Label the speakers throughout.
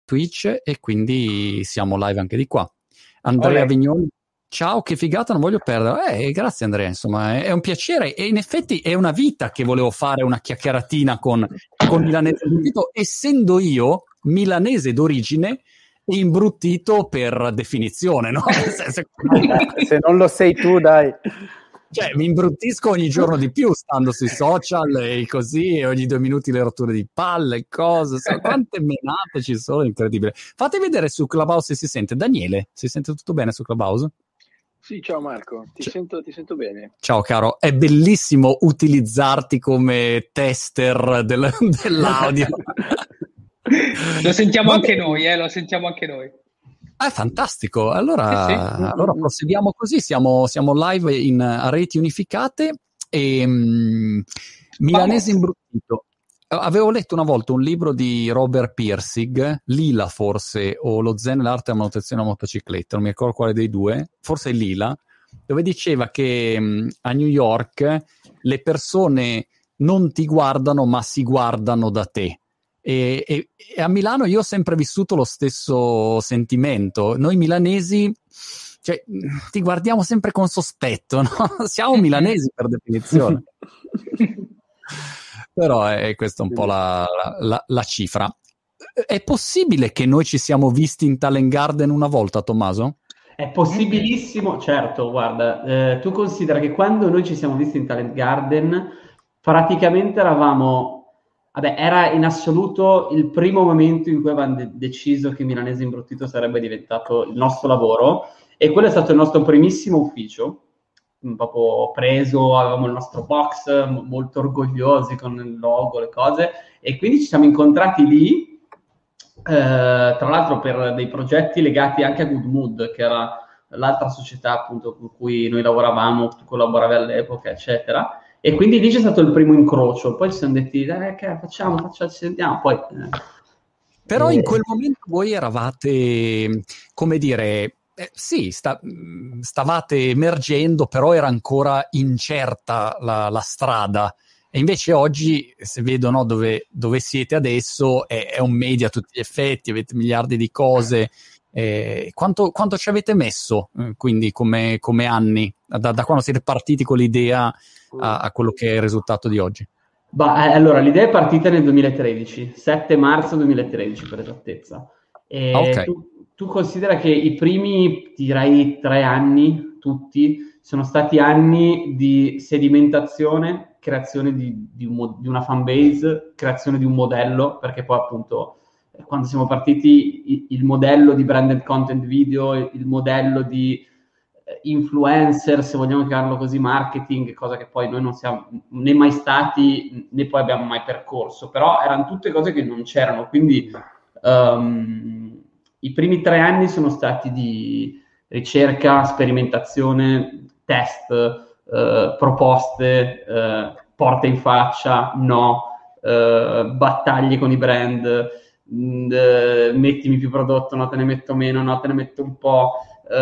Speaker 1: Twitch e quindi siamo live anche di qua. Andrea Vignoli, ciao, che figata, non voglio perdere. Grazie Andrea, insomma, è un piacere e in effetti è una vita che volevo fare una chiacchieratina con Milanese Imbruttito, essendo io milanese d'origine e imbruttito per definizione, no?
Speaker 2: Se non lo sei tu, dai.
Speaker 1: Cioè, mi imbruttisco ogni giorno di più stando sui social e così, e ogni 2 minuti le rotture di palle, cose, quante menate ci sono, incredibile. Fate vedere su Clubhouse se si sente. Daniele, si sente tutto bene su Clubhouse?
Speaker 3: Sì, ciao Marco, ti sento bene.
Speaker 1: Ciao caro, è bellissimo utilizzarti come tester dell'audio.
Speaker 4: Lo sentiamo anche noi, lo sentiamo anche noi.
Speaker 1: È fantastico, allora proseguiamo così, siamo live a reti unificate e Milanese Imbruttito. Avevo letto una volta un libro di Robert Pirsig, Lila forse, o Lo Zen, l'arte della manutenzione della motocicletta, non mi ricordo quale dei due, forse Lila, dove diceva che a New York le persone non ti guardano ma si guardano da te. E a Milano io ho sempre vissuto lo stesso sentimento. Noi milanesi, cioè, ti guardiamo sempre con sospetto, no? Siamo milanesi per definizione. Però è questa un po' la cifra. È possibile che noi ci siamo visti in Talent Garden una volta, Tommaso?
Speaker 5: È possibilissimo, certo, guarda, tu considera che quando noi ci siamo visti in Talent Garden praticamente eravamo... Vabbè, era in assoluto il primo momento in cui avevamo deciso che Milanese Imbruttito sarebbe diventato il nostro lavoro, e quello è stato il nostro primissimo ufficio, proprio preso, avevamo il nostro box, molto orgogliosi con il logo, le cose, e quindi ci siamo incontrati lì, tra l'altro per dei progetti legati anche a Good Mood, che era l'altra società appunto con cui noi lavoravamo, tu collaboravi all'epoca, eccetera. E quindi lì c'è stato il primo incrocio, poi ci siamo detti, che facciamo, ci sentiamo, poi...
Speaker 1: Però in quel momento voi eravate, come dire, sì, stavate emergendo, però era ancora incerta la strada. E invece oggi, se vedo dove siete adesso, è un media a tutti gli effetti, avete miliardi di cose. Quanto ci avete messo, quindi, come anni, da quando siete partiti con l'idea a quello che è il risultato di oggi?
Speaker 5: Allora, l'idea è partita nel 2013, 7 marzo 2013 per esattezza.
Speaker 1: Okay.
Speaker 5: Tu considera che i primi, direi 3 anni, tutti, sono stati anni di sedimentazione, creazione di una fanbase, creazione di un modello, perché poi appunto quando siamo partiti il modello di branded content video, il modello di influencer, se vogliamo chiamarlo così, marketing, cosa che poi noi non siamo né mai stati né poi abbiamo mai percorso, però erano tutte cose che non c'erano, quindi i primi 3 anni sono stati di ricerca, sperimentazione, test, proposte, porte in faccia, battaglie con i brand, mettimi più prodotto, no te ne metto meno, no te ne metto un po',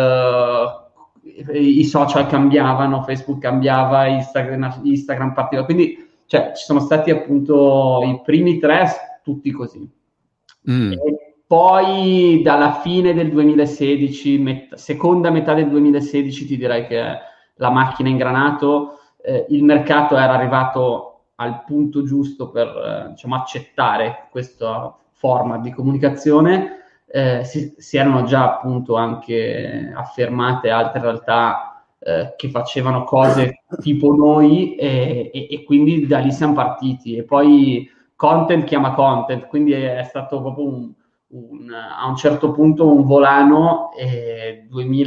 Speaker 5: i social cambiavano, Facebook cambiava, Instagram partiva, quindi cioè, ci sono stati appunto i primi 3 tutti così. E poi dalla fine del 2016, seconda metà del 2016, ti direi che la macchina è ingranato, il mercato era arrivato al punto giusto per accettare questa forma di comunicazione. Si erano già appunto anche affermate altre realtà che facevano cose tipo noi e quindi da lì siamo partiti, e poi content chiama content, quindi è stato proprio a un certo punto un volano, e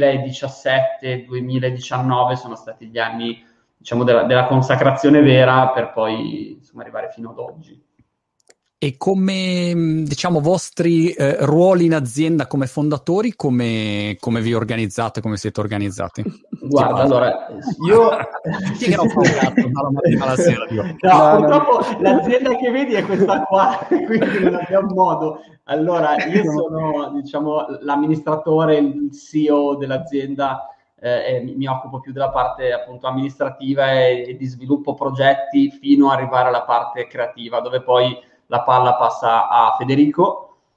Speaker 5: 2017-2019 sono stati gli anni della consacrazione vera, per poi arrivare fino ad oggi.
Speaker 1: E come, vostri ruoli in azienda come fondatori, come vi organizzate, come siete organizzati?
Speaker 5: Guarda, allora, io...
Speaker 1: Chi che non fa un cazzo dalla mattina alla sera?
Speaker 5: Purtroppo l'azienda che vedi è questa qua, quindi non abbiamo modo. Allora, io sono, l'amministratore, il CEO dell'azienda, mi occupo più della parte appunto amministrativa e di sviluppo progetti, fino ad arrivare alla parte creativa, dove poi la palla passa a Federico.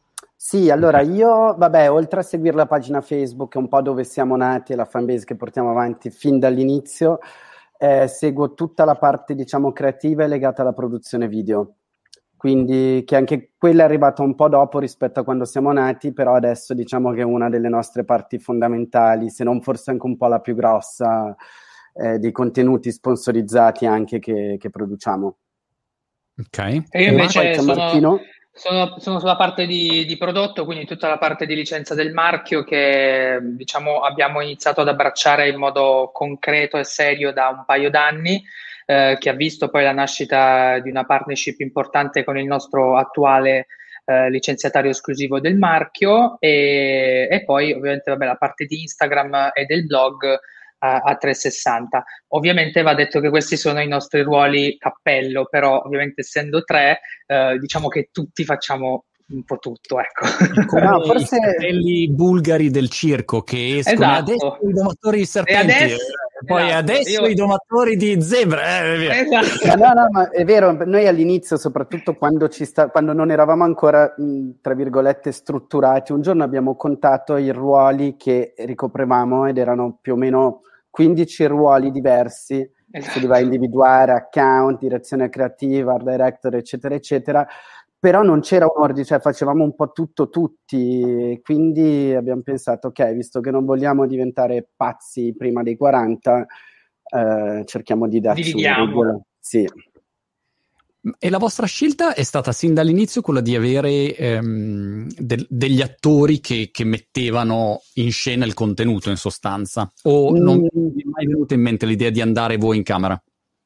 Speaker 2: Sì, allora io, vabbè, oltre a seguire la pagina Facebook, che è un po' dove siamo nati e la fanbase che portiamo avanti fin dall'inizio, seguo tutta la parte, diciamo, creativa e legata alla produzione video. Quindi che anche quella è arrivata un po' dopo rispetto a quando siamo nati, però adesso diciamo che è una delle nostre parti fondamentali, se non forse anche un po' la più grossa, dei contenuti sponsorizzati anche che produciamo.
Speaker 1: Ok.
Speaker 4: E io invece
Speaker 2: Martino?
Speaker 4: sono sulla parte di prodotto, quindi tutta la parte di licenza del marchio che diciamo abbiamo iniziato ad abbracciare in modo concreto e serio da un paio d'anni, che ha visto poi la nascita di una partnership importante con il nostro attuale licenziatario esclusivo del marchio e poi ovviamente vabbè, la parte di Instagram e del blog a 360. Ovviamente va detto che questi sono i nostri ruoli cappello, però ovviamente essendo tre, diciamo che tutti facciamo un po' tutto, ecco.
Speaker 2: Come
Speaker 1: No,
Speaker 2: forse
Speaker 1: i fratelli bulgari del circo che escono,
Speaker 4: Esatto.
Speaker 1: adesso i domatori di serpenti, poi
Speaker 4: esatto,
Speaker 1: adesso i domatori di zebre, via.
Speaker 4: Esatto.
Speaker 2: No, ma è vero, noi all'inizio, soprattutto quando non eravamo ancora, tra virgolette, strutturati, un giorno abbiamo contato i ruoli che ricoprevamo ed erano più o meno 15 ruoli diversi,
Speaker 4: Esatto.
Speaker 2: si doveva individuare account, direzione creativa, art director, eccetera, eccetera, però non c'era un ordine, cioè facevamo un po' tutto tutti, quindi abbiamo pensato, ok, visto che non vogliamo diventare pazzi prima dei 40, cerchiamo di darci una regola. Sì.
Speaker 1: E la vostra scelta è stata sin dall'inizio quella di avere degli attori che mettevano in scena il contenuto, in sostanza? O non vi è mai venuta in mente l'idea di andare voi in camera?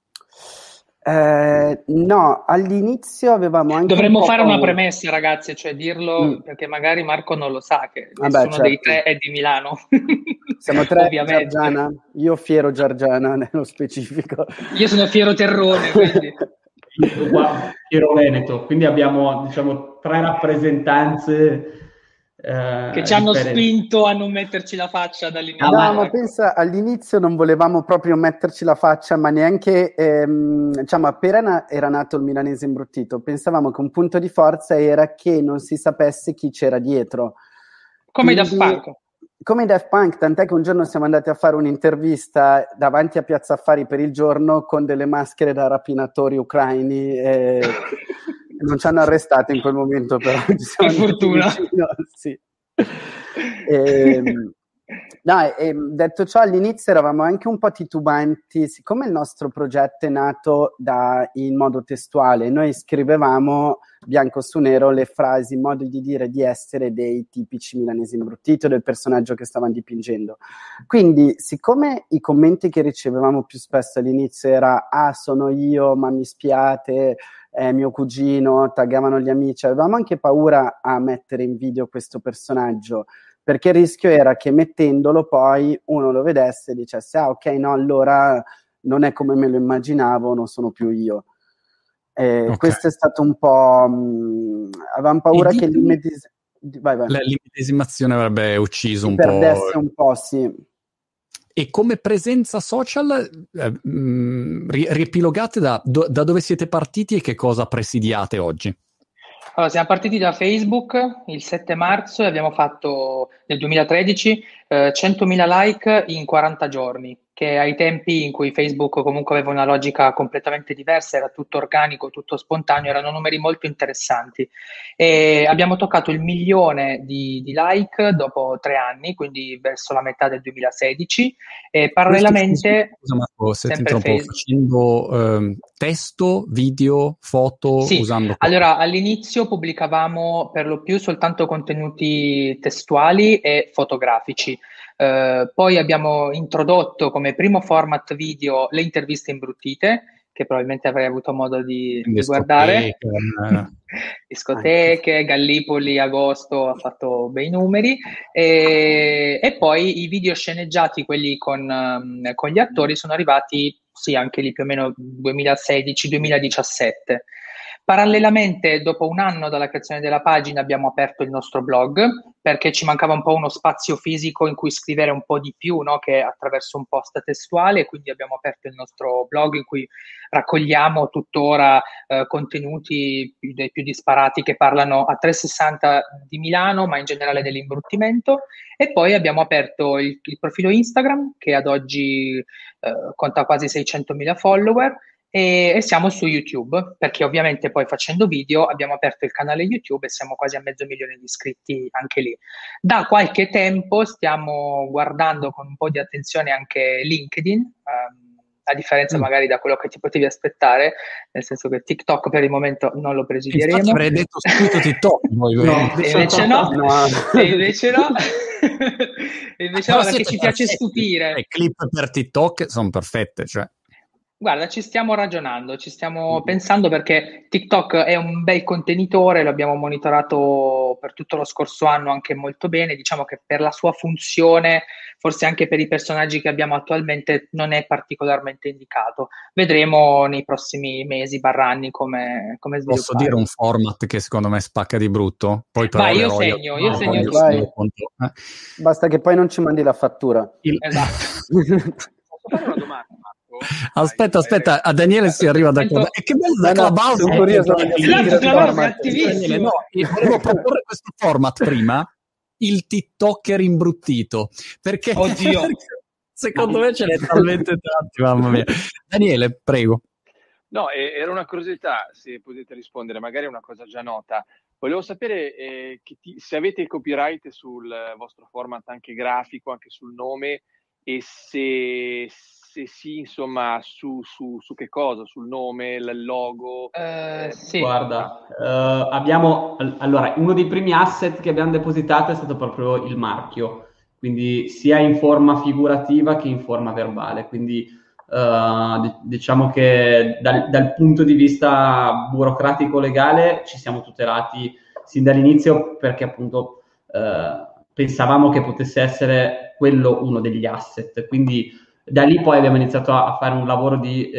Speaker 2: No, all'inizio avevamo anche
Speaker 4: dovremmo fare una premessa, ragazzi, cioè dirlo perché magari Marco non lo sa che nessuno
Speaker 2: certo.
Speaker 4: dei tre è di Milano.
Speaker 2: Siamo tre
Speaker 4: ovviamente.
Speaker 2: Giargiana, io fiero Giargiana nello specifico.
Speaker 4: Io sono fiero Terrone, quindi
Speaker 5: fiero Veneto, quindi abbiamo diciamo tre rappresentanze
Speaker 4: che ci hanno spinto a non metterci la faccia dall'inizio.
Speaker 2: No, ma pensa, all'inizio non volevamo proprio metterci la faccia, ma neanche, diciamo, appena era nato il Milanese Imbruttito, pensavamo che un punto di forza era che non si sapesse chi c'era dietro.
Speaker 4: Come i Daft Punk.
Speaker 2: Come i Daft Punk, tant'è che un giorno siamo andati a fare un'intervista davanti a Piazza Affari per Il Giorno con delle maschere da rapinatori ucraini e non ci hanno arrestato in quel momento, però ci siamo
Speaker 4: per fortuna.
Speaker 2: vicino, sì. Detto ciò, all'inizio eravamo anche un po' titubanti, siccome il nostro progetto è nato in modo testuale, noi scrivevamo bianco su nero le frasi, il modo di dire, di essere dei tipici milanesi imbruttito del personaggio che stavano dipingendo. Quindi, siccome i commenti che ricevevamo più spesso all'inizio era sono io, ma mi spiate, mio cugino, taggavano gli amici, avevamo anche paura a mettere in video questo personaggio, perché il rischio era che mettendolo poi uno lo vedesse e dicesse ok, no, allora non è come me lo immaginavo, non sono più io. Okay. Questo è stato un po'... avevamo paura che
Speaker 1: l'immedesimazione avrebbe ucciso un po'.
Speaker 2: Perdesse un po', sì.
Speaker 1: E come presenza social, riepilogate da dove siete partiti e che cosa presidiate oggi?
Speaker 4: Allora, siamo partiti da Facebook il 7 marzo e abbiamo fatto nel 2013 100.000 like in 40 giorni, che ai tempi in cui Facebook comunque aveva una logica completamente diversa, era tutto organico, tutto spontaneo, erano numeri molto interessanti. E abbiamo toccato il 1 milione di like dopo 3 anni, quindi verso la metà del 2016, e parallelamente...
Speaker 1: Scusa Marco, se ti interrompo, facendo testo, video, foto,
Speaker 4: sì.
Speaker 1: Usando...
Speaker 4: Allora, all'inizio pubblicavamo per lo più soltanto contenuti testuali e fotografici. Poi abbiamo introdotto come primo format video le interviste imbruttite, che probabilmente avrei avuto modo di guardare. Discoteche, Gallipoli, agosto ha fatto bei numeri, e poi i video sceneggiati, quelli con gli attori, sono arrivati, sì, anche lì più o meno 2016-2017. Parallelamente, dopo un anno dalla creazione della pagina, abbiamo aperto il nostro blog, perché ci mancava un po' uno spazio fisico in cui scrivere un po' di più, no? Che attraverso un post testuale, quindi abbiamo aperto il nostro blog in cui raccogliamo tuttora contenuti dei più disparati che parlano a 360 di Milano, ma in generale dell'imbruttimento. E poi abbiamo aperto il profilo Instagram, che ad oggi conta quasi 600.000 follower, e siamo su YouTube, perché ovviamente poi facendo video abbiamo aperto il canale YouTube e siamo quasi a 500.000 di iscritti anche lì. Da qualche tempo stiamo guardando con un po' di attenzione anche LinkedIn, a differenza magari da quello che ti potevi aspettare, nel senso che TikTok per il momento non lo presidieremo.
Speaker 1: Infatti avrei detto subito TikTok.
Speaker 4: Invece no. E invece no, perché ci piace stupire.
Speaker 1: Le clip per TikTok sono perfette, cioè.
Speaker 4: Guarda, ci stiamo ragionando, ci stiamo pensando, perché TikTok è un bel contenitore, lo abbiamo monitorato per tutto lo scorso anno anche molto bene. Diciamo che per la sua funzione, forse anche per i personaggi che abbiamo attualmente, non è particolarmente indicato. Vedremo nei prossimi mesi, anni, come sviluppare.
Speaker 1: Posso dire un format che secondo me spacca di brutto? Poi però
Speaker 4: io segno
Speaker 2: Basta che poi non ci mandi la fattura.
Speaker 4: Esatto.
Speaker 3: Posso fare una domanda, Marco?
Speaker 1: Aspetta, a Daniele si arriva da cosa. E che bello da Clubhouse! Volevo proporre questo format prima, il TikToker imbruttito, perché secondo me ce n'è talmente tanti, mamma mia. Daniele, prego.
Speaker 3: No, era una curiosità, se potete rispondere, magari è una cosa già nota. Volevo sapere se avete il copyright sul vostro format anche grafico, anche sul nome, e se sì, insomma, su che cosa? Sul nome, il logo?
Speaker 4: Sì.
Speaker 5: Guarda, abbiamo, allora, uno dei primi asset che abbiamo depositato è stato proprio il marchio, quindi sia in forma figurativa che in forma verbale, quindi diciamo che dal punto di vista burocratico-legale ci siamo tutelati sin dall'inizio, perché appunto pensavamo che potesse essere quello uno degli asset, quindi da lì poi abbiamo iniziato a fare un lavoro di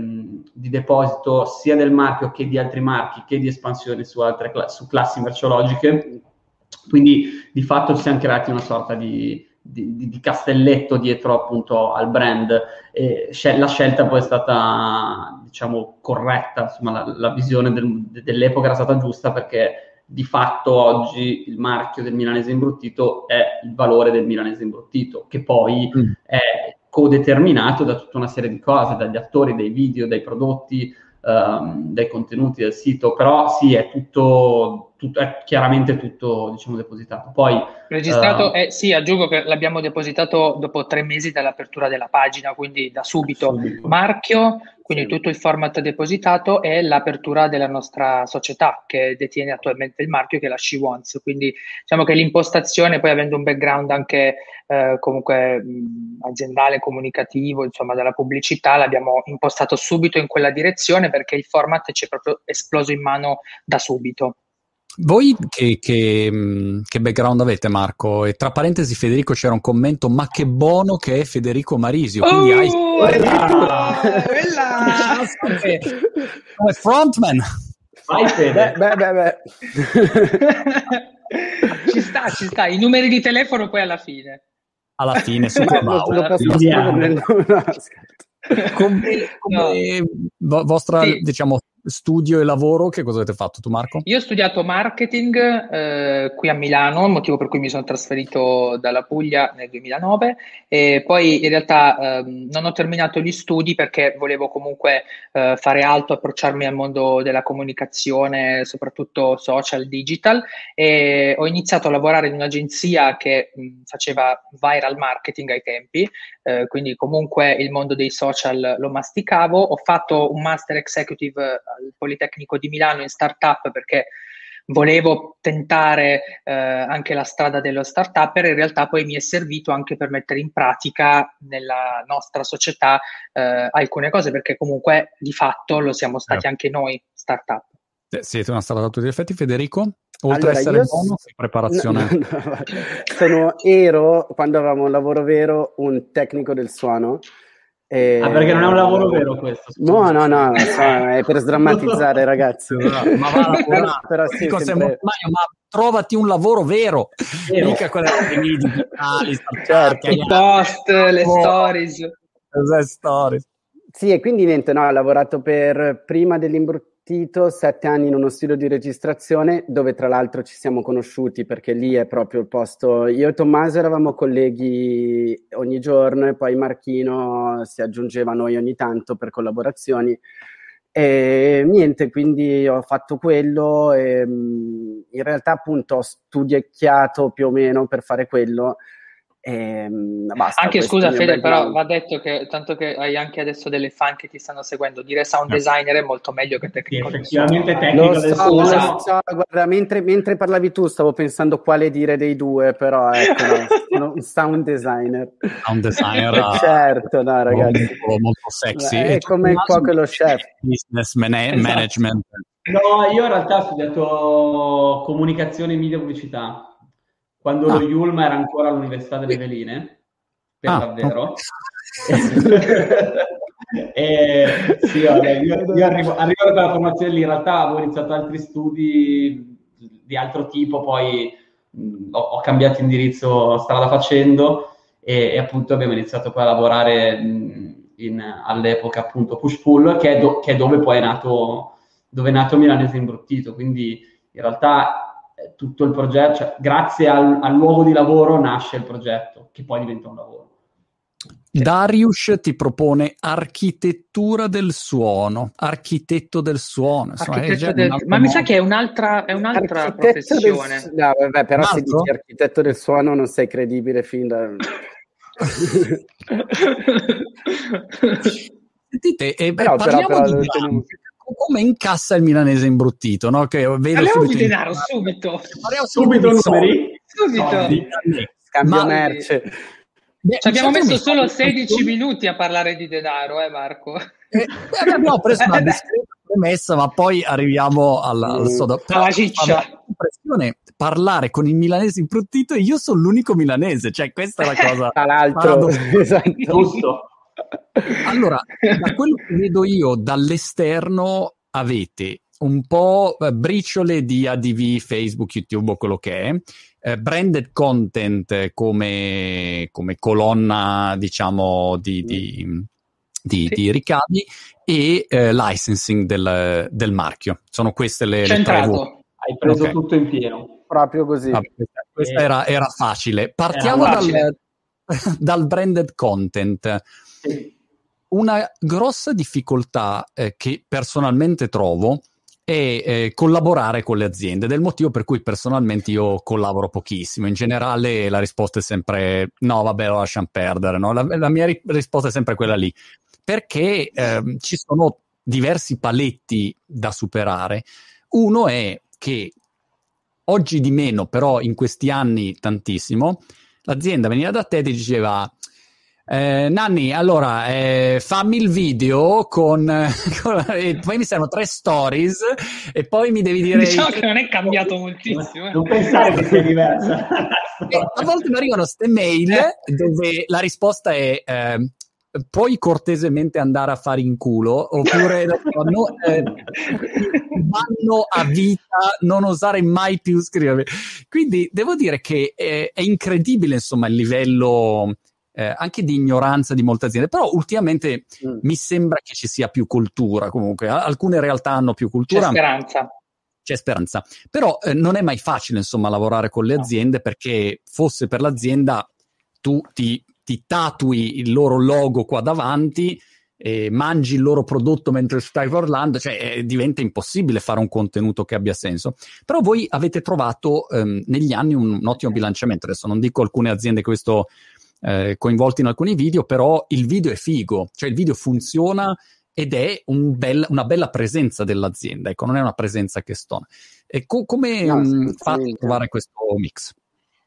Speaker 5: deposito sia del marchio che di altri marchi, che di espansione su classi merceologiche, quindi di fatto ci siamo creati una sorta di castelletto dietro appunto al brand, e la scelta poi è stata, diciamo, corretta, insomma la visione dell'epoca era stata giusta, perché di fatto oggi il marchio del Milanese Imbruttito è il valore del Milanese Imbruttito, che poi è codeterminato da tutta una serie di cose, dagli attori, dai video, dai prodotti, dai contenuti del sito, però sì, è tutto è chiaramente tutto, diciamo, depositato. Poi
Speaker 4: registrato, sì, aggiungo che l'abbiamo depositato dopo 3 mesi dall'apertura della pagina, quindi da subito. Marchio, quindi tutto il format depositato, e l'apertura della nostra società che detiene attualmente il marchio, che è la She Wants. Quindi diciamo che l'impostazione, poi avendo un background anche comunque aziendale, comunicativo, insomma della pubblicità, l'abbiamo impostato subito in quella direzione, perché il format ci è proprio esploso in mano da subito.
Speaker 1: Voi che background avete, Marco? E tra parentesi, Federico, c'era un commento: ma che buono che è Federico Marisio, quindi hai come frontman.
Speaker 5: Vai, Fede.
Speaker 2: Beh.
Speaker 4: ci sta, i numeri di telefono poi alla fine
Speaker 1: su come vostra, sì, diciamo, studio e lavoro, che cosa avete fatto tu, Marco?
Speaker 4: Io ho studiato marketing qui a Milano, il motivo per cui mi sono trasferito dalla Puglia nel 2009, e poi in realtà non ho terminato gli studi perché volevo comunque fare alto, approcciarmi al mondo della comunicazione, soprattutto social, digital, e ho iniziato a lavorare in un'agenzia che faceva viral marketing ai tempi, quindi comunque il mondo dei social lo masticavo. Ho fatto un master executive al Politecnico di Milano in startup, perché volevo tentare anche la strada dello startupper. In realtà poi mi è servito anche per mettere in pratica nella nostra società alcune cose, perché comunque di fatto lo siamo stati anche noi startup.
Speaker 1: Siete una startup a tutti gli effetti, Federico? Oltre ad essere buono, preparazione.
Speaker 2: Ero, quando avevamo un lavoro vero, un tecnico del suono.
Speaker 5: Perché non è un lavoro vero questo?
Speaker 2: No, è per sdrammatizzare, ragazzi.
Speaker 1: Ma va a lavorare.
Speaker 2: Però sì, sempre...
Speaker 1: ma trovati un lavoro vero. Mica quelle digitali,
Speaker 2: certo.
Speaker 4: I post, le stories.
Speaker 2: Sì, e quindi niente, ho lavorato prima dell'Imbruttito 7 anni in uno studio di registrazione, dove tra l'altro ci siamo conosciuti, perché lì è proprio il posto. Io e Tommaso eravamo colleghi ogni giorno e poi Marchino si aggiungeva a noi ogni tanto per collaborazioni. E niente, quindi ho fatto quello e in realtà appunto ho studiacchiato più o meno per fare quello. Basta,
Speaker 4: anche scusa Fede, però va detto che tanto che hai anche adesso delle fan che ti stanno seguendo, dire sound designer è molto meglio che tecnico.
Speaker 5: Sì, effettivamente tecnico del
Speaker 2: suono. Guarda, mentre parlavi tu stavo pensando quale dire dei due, però ecco, sono un sound designer. Certo, no, ragazzi,
Speaker 1: molto sexy.
Speaker 2: È come il cuoco e lo chef.
Speaker 1: Business management.
Speaker 5: No, io in realtà ho studiato comunicazione, media e pubblicità. Quando lo Yulma era ancora all'Università delle Veline, per davvero. Sì, io arrivo a quella formazione lì, in realtà avevo iniziato altri studi di altro tipo, poi ho cambiato indirizzo strada facendo e appunto abbiamo iniziato poi a lavorare all'epoca appunto Push Pull, che è dove poi è nato Milanese Imbruttito, quindi in realtà tutto il progetto, cioè, grazie al luogo di lavoro nasce il progetto, che poi diventa un lavoro.
Speaker 1: Darius ti propone architettura del suono, architetto del suono.
Speaker 4: Ma mi sa che è un'altra professione.
Speaker 2: No, vabbè, però se dici architetto del suono non sei credibile fin da...
Speaker 1: Sentite, parliamo di come incassa il Milanese Imbruttito, no? Che
Speaker 4: parliamo di denaro subito.
Speaker 5: Subito numeri.
Speaker 2: Scambio merce.
Speaker 4: Ci abbiamo messo solo 16 minuti a parlare di denaro, Marco?
Speaker 1: Abbiamo preso una discreta premessa, ma poi arriviamo alla soda.
Speaker 4: Alla ciccia.
Speaker 1: L'impressione parlare con il Milanese Imbruttito e io sono l'unico milanese, cioè questa è la cosa.
Speaker 2: Tra l'altro,
Speaker 5: esatto. Giusto.
Speaker 1: Allora, da quello che vedo io dall'esterno avete un po' briciole di ADV, Facebook, YouTube o quello che è, branded content come colonna, diciamo, di ricavi e licensing del marchio. Sono queste le tre voci.
Speaker 5: Hai preso tutto in pieno.
Speaker 2: Proprio così.
Speaker 1: Questa era facile. Partiamo dal branded content. Una grossa difficoltà che personalmente trovo è collaborare con le aziende, del motivo per cui personalmente io collaboro pochissimo. In generale la risposta è sempre no, vabbè, lo lasciamo perdere, no? La mia risposta è sempre quella lì, perché ci sono diversi paletti da superare. Uno è che oggi di meno, però in questi anni tantissimo, l'azienda veniva da te e ti diceva Nanni, allora fammi il video e poi mi servono 3 stories e poi mi devi dire
Speaker 4: diciamo che non è cambiato moltissimo.
Speaker 5: Non pensare che sia diversa.
Speaker 1: A volte mi arrivano ste mail dove la risposta è puoi cortesemente andare a fare in culo, oppure vanno a vita, non osare mai più scrivermi. Quindi devo dire che è incredibile, insomma, il livello anche di ignoranza di molte aziende, però ultimamente mi sembra che ci sia più cultura. Comunque alcune realtà hanno più cultura, c'è speranza, però non è mai facile, insomma, lavorare con le aziende, perché fosse per l'azienda tu ti tatui il loro logo qua davanti e mangi il loro prodotto mentre stai parlando, cioè diventa impossibile fare un contenuto che abbia senso. Però voi avete trovato negli anni un ottimo bilanciamento. Adesso non dico alcune aziende che questo coinvolti in alcuni video, però il video è figo, cioè il video funziona ed è una bella presenza dell'azienda, ecco, non è una presenza che stona. E come fate a trovare questo mix?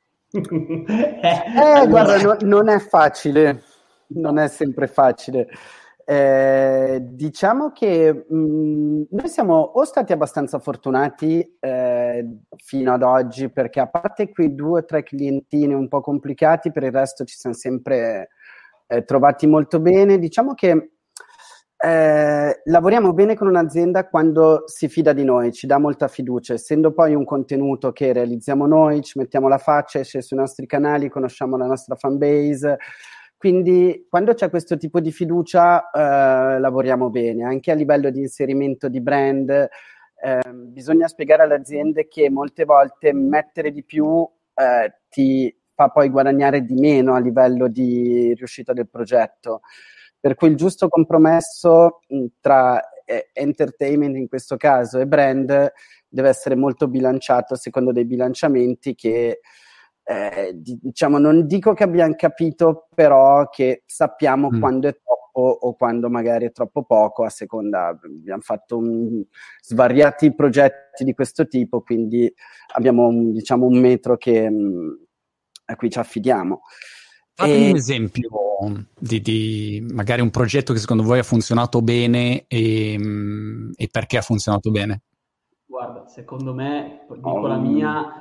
Speaker 2: Guarda, non è facile, non è sempre facile. Diciamo che noi siamo o stati abbastanza fortunati fino ad oggi, perché a parte quei 2 o 3 clientini un po' complicati, per il resto ci siamo sempre trovati molto bene. Diciamo che lavoriamo bene con un'azienda quando si fida di noi, ci dà molta fiducia, essendo poi un contenuto che realizziamo noi, ci mettiamo la faccia, esce sui nostri canali, conosciamo la nostra fan base, quindi quando c'è questo tipo di fiducia lavoriamo bene, anche a livello di inserimento di brand. Bisogna spiegare alle aziende che molte volte mettere di più ti fa poi guadagnare di meno a livello di riuscita del progetto. Per cui il giusto compromesso tra entertainment in questo caso e brand deve essere molto bilanciato secondo dei bilanciamenti che diciamo, non dico che abbiamo capito, però che sappiamo quando è troppo o quando magari è troppo poco, a seconda. Abbiamo fatto svariati progetti di questo tipo, quindi abbiamo diciamo un metro a cui ci affidiamo.
Speaker 1: Fatemi un esempio di magari un progetto che secondo voi ha funzionato bene e perché ha funzionato bene.
Speaker 5: Guarda, secondo me, dico la mia,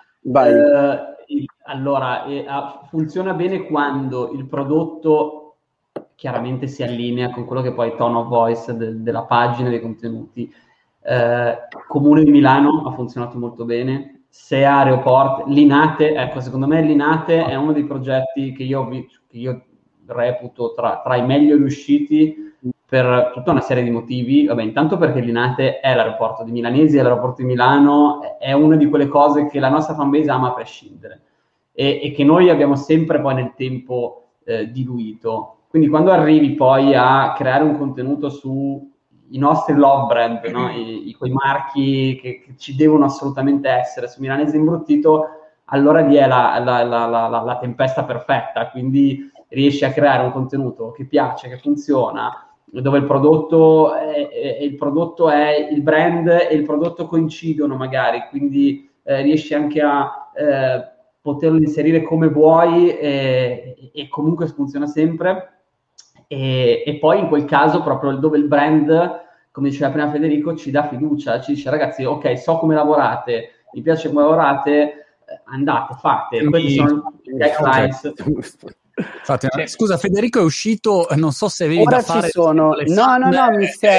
Speaker 5: allora funziona bene quando il prodotto chiaramente si allinea con quello che poi è tone of voice della pagina, dei contenuti. Comune di Milano ha funzionato molto bene. SEA Aeroport, Linate, ecco, secondo me Linate è uno dei progetti che io reputo tra i meglio riusciti per tutta una serie di motivi. Vabbè, intanto perché Linate è l'aeroporto di milanesi, è l'aeroporto di Milano, è una di quelle cose che la nostra fanbase ama a prescindere e che noi abbiamo sempre poi nel tempo diluito. Quindi quando arrivi poi a creare un contenuto su i nostri love brand, no? quei marchi che ci devono assolutamente essere, su Milanese Imbruttito, allora vi è la tempesta perfetta, quindi riesci a creare un contenuto che piace, che funziona, dove il prodotto è il brand e il prodotto coincidono magari, quindi riesci anche a poterlo inserire come vuoi e comunque funziona sempre. E poi in quel caso proprio dove il brand, come diceva prima Federico, ci dà fiducia, ci dice ragazzi, ok, so come lavorate, mi piace come lavorate, andate, fate, questi sono i guidelines.
Speaker 1: Scusa, Federico è uscito, non so se avevi
Speaker 2: ora
Speaker 1: da fare.
Speaker 2: Ci sono. No,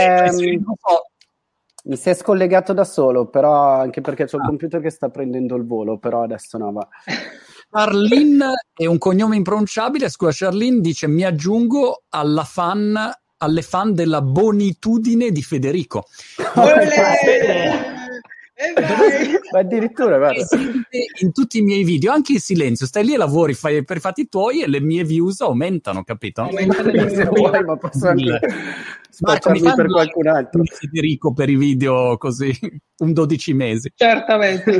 Speaker 2: mi si è scollegato da solo, però anche perché c'ho il computer che sta prendendo il volo, però adesso no, va.
Speaker 1: Charlene è un cognome impronunciabile. Scusa, Charlene dice: mi aggiungo alle fan della bonitudine di Federico.
Speaker 2: Ma addirittura, guarda,
Speaker 1: in tutti i miei video, anche in silenzio, stai lì e lavori, fai per i fatti tuoi e le mie views aumentano, capito?
Speaker 2: Se vuoi, ma posso anche spacciarmi per qualcun altro.
Speaker 1: Federico per i video così, un 12 mesi.
Speaker 4: Certamente.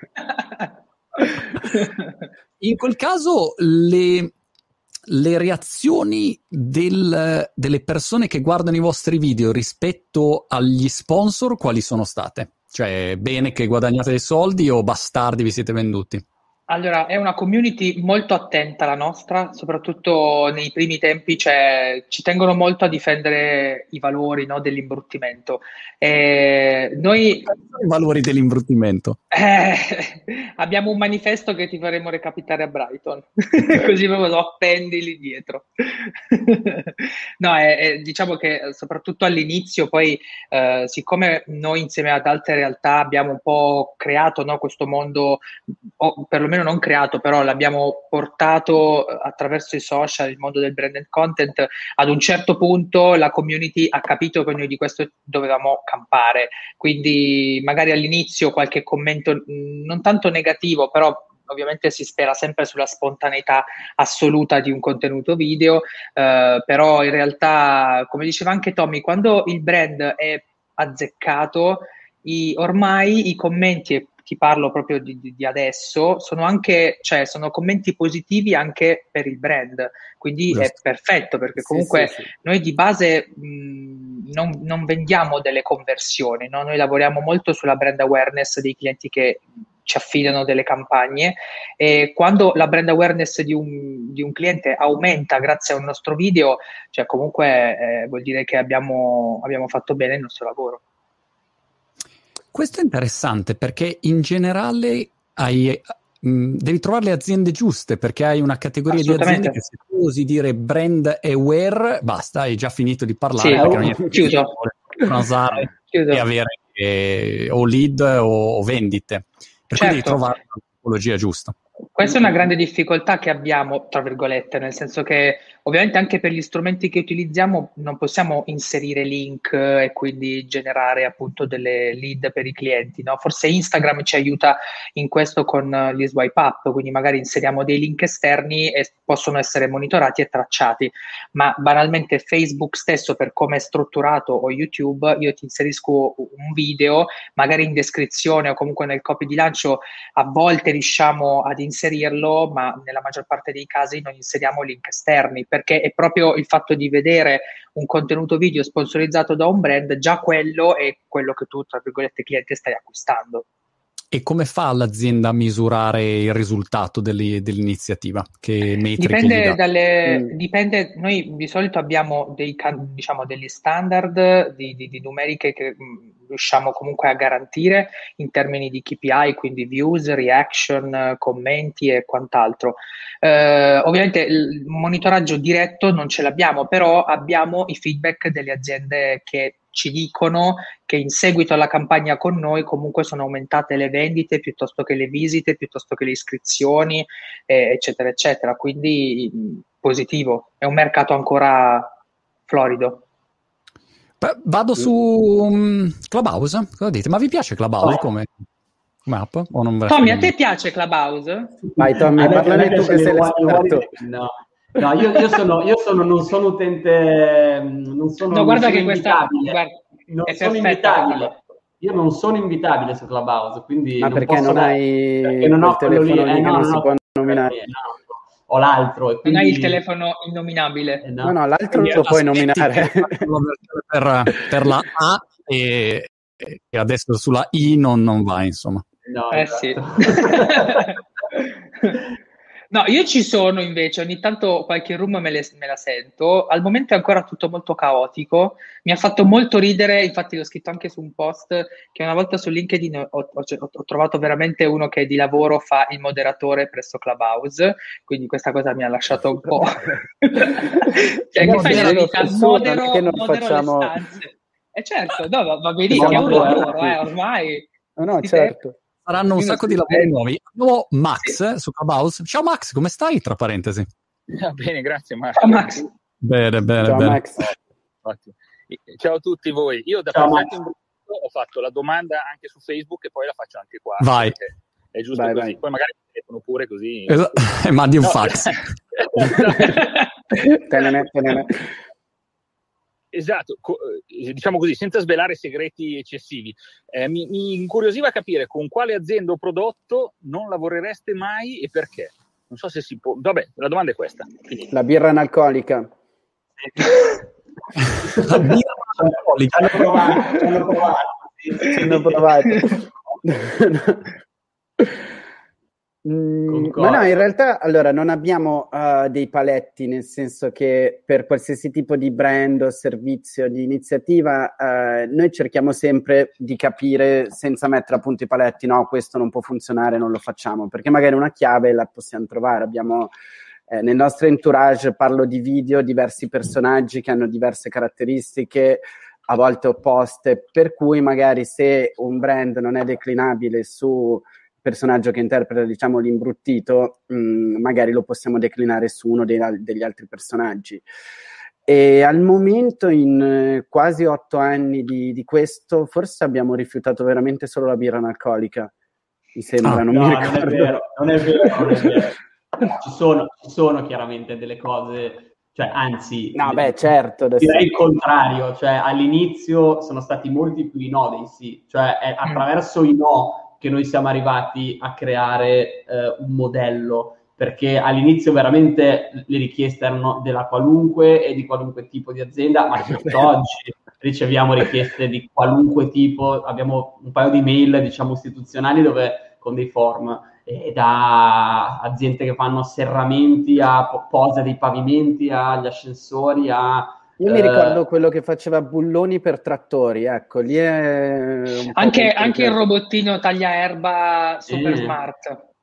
Speaker 1: In quel caso le reazioni delle persone che guardano i vostri video rispetto agli sponsor quali sono state? Cioè, bene che guadagnate dei soldi o bastardi vi siete venduti?
Speaker 4: Allora, è una community molto attenta la nostra, soprattutto nei primi tempi, cioè, ci tengono molto a difendere i valori, no, dell'imbruttimento. Noi
Speaker 1: i valori dell'imbruttimento?
Speaker 4: Abbiamo un manifesto che ti faremo recapitare a Brighton, così proprio lo appendi lì dietro. No, diciamo che soprattutto all'inizio, poi siccome noi insieme ad altre realtà abbiamo un po' creato, no, questo mondo, o perlomeno non creato, però l'abbiamo portato attraverso i social, il mondo del brand and content, ad un certo punto la community ha capito che noi di questo dovevamo campare, quindi magari all'inizio qualche commento non tanto negativo, però ovviamente si spera sempre sulla spontaneità assoluta di un contenuto video, però in realtà, come diceva anche Tommy, quando il brand è azzeccato, ormai i commenti, e ti parlo proprio di adesso, sono anche, cioè sono commenti positivi anche per il brand, quindi è perfetto, perché comunque sì. Noi di base non vendiamo delle conversioni, no? Noi lavoriamo molto sulla brand awareness dei clienti che ci affidano delle campagne, e quando la brand awareness di un cliente aumenta grazie a un nostro video, cioè comunque vuol dire che abbiamo fatto bene il nostro lavoro.
Speaker 1: Questo è interessante perché in generale devi trovare le aziende giuste, perché hai una categoria di aziende che se tu osi dire brand aware, basta, hai già finito di parlare, perché non è
Speaker 4: chiuso.
Speaker 1: Usare e avere o lead o vendite, per cui devi trovare la tipologia giusta.
Speaker 4: Questa è una grande difficoltà che abbiamo, tra virgolette, nel senso che ovviamente anche per gli strumenti che utilizziamo non possiamo inserire link e quindi generare appunto delle lead per i clienti, no? Forse Instagram ci aiuta in questo con gli swipe up, quindi magari inseriamo dei link esterni e possono essere monitorati e tracciati, ma banalmente Facebook stesso, per come è strutturato, o YouTube, io ti inserisco un video, magari in descrizione o comunque nel copy di lancio, a volte riusciamo ad inserirlo, ma nella maggior parte dei casi non inseriamo link esterni, perché è proprio il fatto di vedere un contenuto video sponsorizzato da un brand, già quello è quello che tu, tra virgolette, cliente stai acquistando.
Speaker 1: E come fa l'azienda a misurare il risultato dell'iniziativa? Che metriche
Speaker 4: dipende, noi di solito abbiamo degli standard di numeriche che riusciamo comunque a garantire in termini di KPI, quindi views, reaction, commenti e quant'altro. Ovviamente il monitoraggio diretto non ce l'abbiamo, però abbiamo i feedback delle aziende che ci dicono che in seguito alla campagna con noi comunque sono aumentate le vendite piuttosto che le visite, piuttosto che le iscrizioni, eccetera, eccetera. Quindi positivo, è un mercato ancora florido.
Speaker 1: Vado su Clubhouse, cosa dite? Ma vi piace Clubhouse come app? O non
Speaker 4: Tommy, a te piace Clubhouse?
Speaker 2: Vai Tommy, parlane tu che sei l'esperto.
Speaker 5: No, io sono, non sono utente, non sono,
Speaker 4: no, guarda
Speaker 5: non
Speaker 4: che questa
Speaker 5: non sono invitabile. Io non sono invitabile su Clubhouse, quindi
Speaker 2: ma perché non hai
Speaker 5: il telefono lì che non si può
Speaker 2: nominare?
Speaker 5: Ho l'altro. E quindi...
Speaker 4: Non hai il telefono innominabile?
Speaker 2: No, l'altro lo puoi nominare.
Speaker 1: per la A e adesso sulla I non va, insomma.
Speaker 5: No,
Speaker 4: sì. No, io ci sono invece, ogni tanto qualche room me la sento, al momento è ancora tutto molto caotico, mi ha fatto molto ridere, infatti l'ho scritto anche su un post, che una volta su LinkedIn ho trovato veramente uno che di lavoro fa il moderatore presso Clubhouse, quindi questa cosa mi ha lasciato un po'... cioè, che fai nella vita? Modero facciamo... le stanze. Certo, no, va benissimo, è un lavoro, ormai...
Speaker 2: No, certo.
Speaker 1: Saranno un sacco di lavori nuovi. Abbiamo Max su Clubhouse. Ciao Max, come stai? Tra parentesi.
Speaker 6: Bene, grazie Marco.
Speaker 4: Ciao Max.
Speaker 1: Bene.
Speaker 2: Ciao Max.
Speaker 6: Ciao a tutti voi. Io da perfetto in brutto ho fatto la domanda anche su Facebook e poi la faccio anche qua.
Speaker 1: Vai.
Speaker 6: È giusto così. Vai. Poi magari mi telefono pure così.
Speaker 1: Mandi un fax.
Speaker 6: Esatto, diciamo così, senza svelare segreti eccessivi. Mi incuriosiva capire con quale azienda o prodotto non lavorereste mai e perché. Non so se si può... Vabbè, la domanda è questa. Finita.
Speaker 2: La birra analcolica.
Speaker 1: La birra analcolica.
Speaker 2: Hanno provato. Ma no, in realtà allora non abbiamo dei paletti, nel senso che per qualsiasi tipo di brand o servizio, di iniziativa, noi cerchiamo sempre di capire senza mettere appunto i paletti, no, questo non può funzionare, non lo facciamo, perché magari una chiave la possiamo trovare. Abbiamo nel nostro entourage, parlo di video, diversi personaggi che hanno diverse caratteristiche, a volte opposte, per cui magari se un brand non è declinabile su personaggio che interpreta, diciamo, l'imbruttito, magari lo possiamo declinare su uno degli altri personaggi. E al momento, in quasi 8 anni di questo, forse abbiamo rifiutato veramente solo la birra analcolica. Mi sembra, non mi ricordo.
Speaker 5: Non è vero. Ci sono chiaramente delle cose, cioè anzi...
Speaker 2: No, certo.
Speaker 5: Direi il contrario, cioè all'inizio sono stati molti più i no dei sì, cioè è attraverso i no che noi siamo arrivati a creare un modello, perché all'inizio veramente le richieste erano della qualunque e di qualunque tipo di azienda, ma oggi riceviamo richieste di qualunque tipo, abbiamo un paio di mail, diciamo, istituzionali dove con dei form, da aziende che fanno serramenti a pose dei pavimenti, agli ascensori, a...
Speaker 2: Io mi ricordo quello che faceva bulloni per trattori, ecco, lì è...
Speaker 4: Anche il robottino tagliaerba super smart.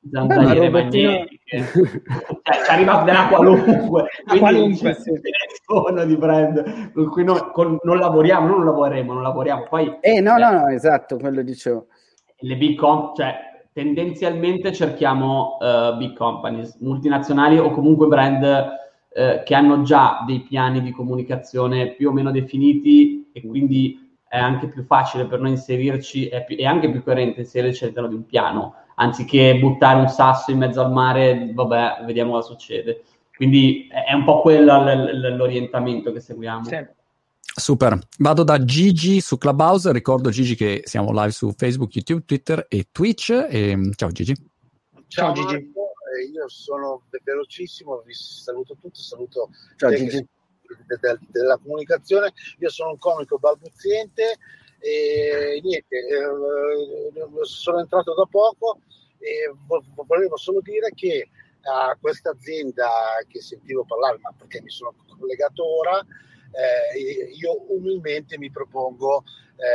Speaker 5: zanzariere magnetiche, cioè, ci arriva da qualunque,
Speaker 4: qualunque.
Speaker 5: Sono di brand con cui non lavoriamo. Poi
Speaker 2: no, esatto, quello dicevo.
Speaker 5: Le big cioè tendenzialmente cerchiamo big companies, multinazionali o comunque brand che hanno già dei piani di comunicazione più o meno definiti, e quindi è anche più facile per noi inserirci, è anche più coerente inserirci all'interno di un piano, anziché buttare un sasso in mezzo al mare, vabbè, vediamo cosa succede. Quindi è un po' quello l'orientamento che seguiamo.
Speaker 4: Sì.
Speaker 1: Super, vado da Gigi su Clubhouse, ricordo Gigi che siamo live su Facebook, YouTube, Twitter e Twitch. Ciao Gigi.
Speaker 4: Ciao Gigi.
Speaker 7: Marco, io sono velocissimo, vi saluto tutti, saluto
Speaker 2: Gigi.
Speaker 7: della comunicazione. Io sono un comico balbuziente e niente, sono entrato da poco e volevo solo dire che a questa azienda che sentivo parlare, ma perché mi sono collegato ora, io umilmente mi propongo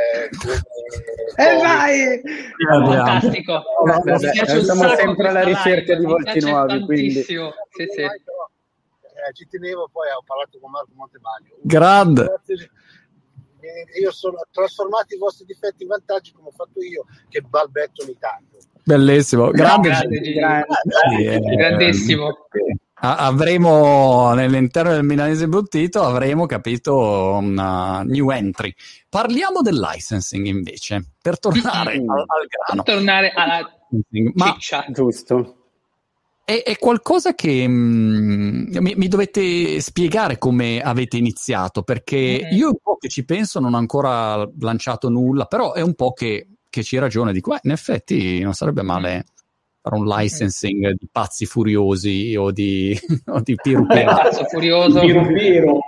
Speaker 4: vai! Fantastico.
Speaker 2: Siamo sempre alla ricerca di volti nuovi, quindi
Speaker 4: sì.
Speaker 7: Ci tenevo, poi ho parlato con Marco Montemaglio.
Speaker 1: Grande.
Speaker 7: Io sono trasformati i vostri difetti in vantaggi, come ho fatto io, che balbetto ogni tanto.
Speaker 1: Bellissimo,
Speaker 4: grandissimo.
Speaker 1: Avremo nell'interno del Milanese Imbruttito, avremo capito una new entry. Parliamo del licensing invece, per tornare al grano.
Speaker 4: Per tornare alla ciccia.
Speaker 2: Giusto.
Speaker 1: È qualcosa che mi dovete spiegare come avete iniziato, perché io un po' che ci penso non ho ancora lanciato nulla, però è un po' che ci ragione, dico, in effetti non sarebbe male fare un licensing di Pazzi Furiosi o di Piru Piru.
Speaker 4: Pazzo Furioso.
Speaker 5: Piru.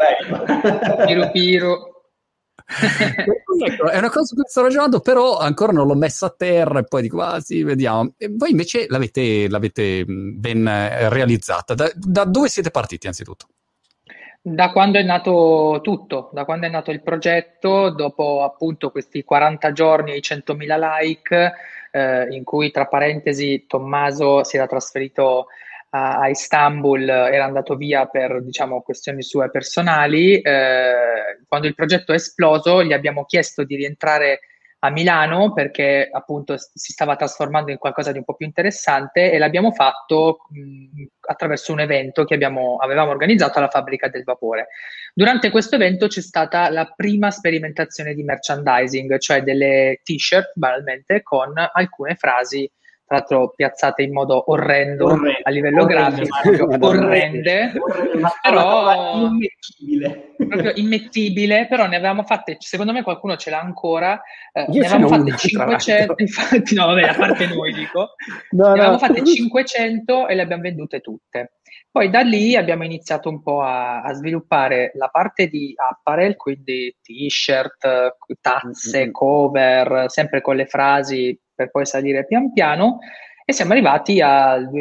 Speaker 1: È una cosa che sto ragionando, però ancora non l'ho messa a terra e poi dico, sì, vediamo. E voi invece l'avete ben realizzata. Da dove siete partiti anzitutto?
Speaker 4: Da quando è nato tutto, da quando è nato il progetto, dopo appunto questi 40 giorni e i 100.000 like, in cui tra parentesi Tommaso si era trasferito a Istanbul, era andato via per, diciamo, questioni sue personali. Quando il progetto è esploso, gli abbiamo chiesto di rientrare a Milano perché appunto si stava trasformando in qualcosa di un po' più interessante, e l'abbiamo fatto attraverso un evento che avevamo organizzato alla Fabbrica del Vapore. Durante questo evento c'è stata la prima sperimentazione di merchandising, cioè delle t-shirt banalmente con alcune frasi, tra l'altro piazzate in modo orrendo a livello grafico, orrende, però proprio immettibile, però ne avevamo fatte, secondo me qualcuno ce l'ha ancora, ne avevamo fatte 500, infatti no vabbè, a parte noi dico, ne avevamo fatte 500 e le abbiamo vendute tutte. Poi da lì abbiamo iniziato un po' a sviluppare la parte di apparel, quindi t-shirt, tazze, cover, sempre con le frasi, per poi salire pian piano, e siamo arrivati al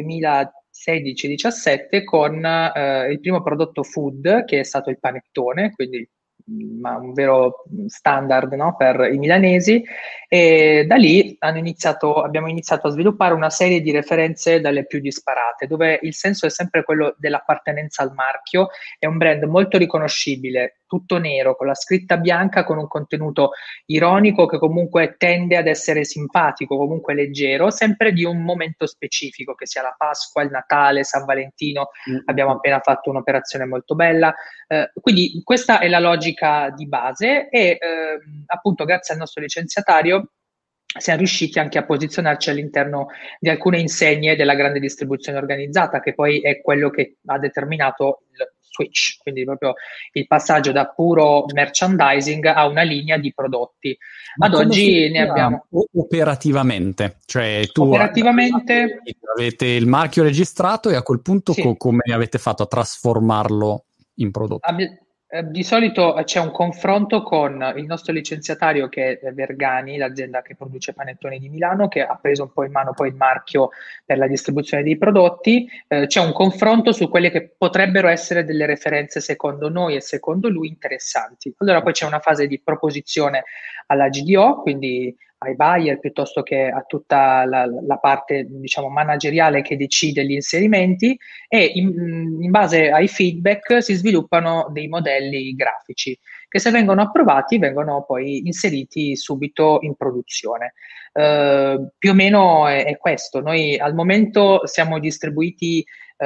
Speaker 4: 2016-17 con il primo prodotto food, che è stato il panettone, quindi un vero standard, no, per i milanesi, e da lì abbiamo iniziato a sviluppare una serie di referenze dalle più disparate, dove il senso è sempre quello dell'appartenenza al marchio. È un brand molto riconoscibile, tutto nero, con la scritta bianca, con un contenuto ironico che comunque tende ad essere simpatico, comunque leggero, sempre di un momento specifico, che sia la Pasqua, il Natale, San Valentino. Abbiamo appena fatto un'operazione molto bella, quindi questa è la logica di base, e appunto grazie al nostro licenziatario siamo riusciti anche a posizionarci all'interno di alcune insegne della grande distribuzione organizzata, che poi è quello che ha determinato il switch, quindi proprio il passaggio da puro merchandising a una linea di prodotti. Ad oggi ne abbiamo
Speaker 1: operativamente, cioè
Speaker 4: operativamente
Speaker 1: avete il marchio registrato, e a quel punto come avete fatto a trasformarlo in prodotto?
Speaker 4: Di solito c'è un confronto con il nostro licenziatario, che è Vergani, l'azienda che produce panettoni di Milano, che ha preso un po' in mano poi il marchio per la distribuzione dei prodotti. C'è un confronto su quelle che potrebbero essere delle referenze secondo noi e secondo lui interessanti. Allora poi c'è una fase di proposizione alla GDO, quindi ai buyer piuttosto che a tutta la parte, diciamo, manageriale che decide gli inserimenti, e in base ai feedback si sviluppano dei modelli grafici che, se vengono approvati, vengono poi inseriti subito in produzione. Più o meno è questo. Noi al momento siamo distribuiti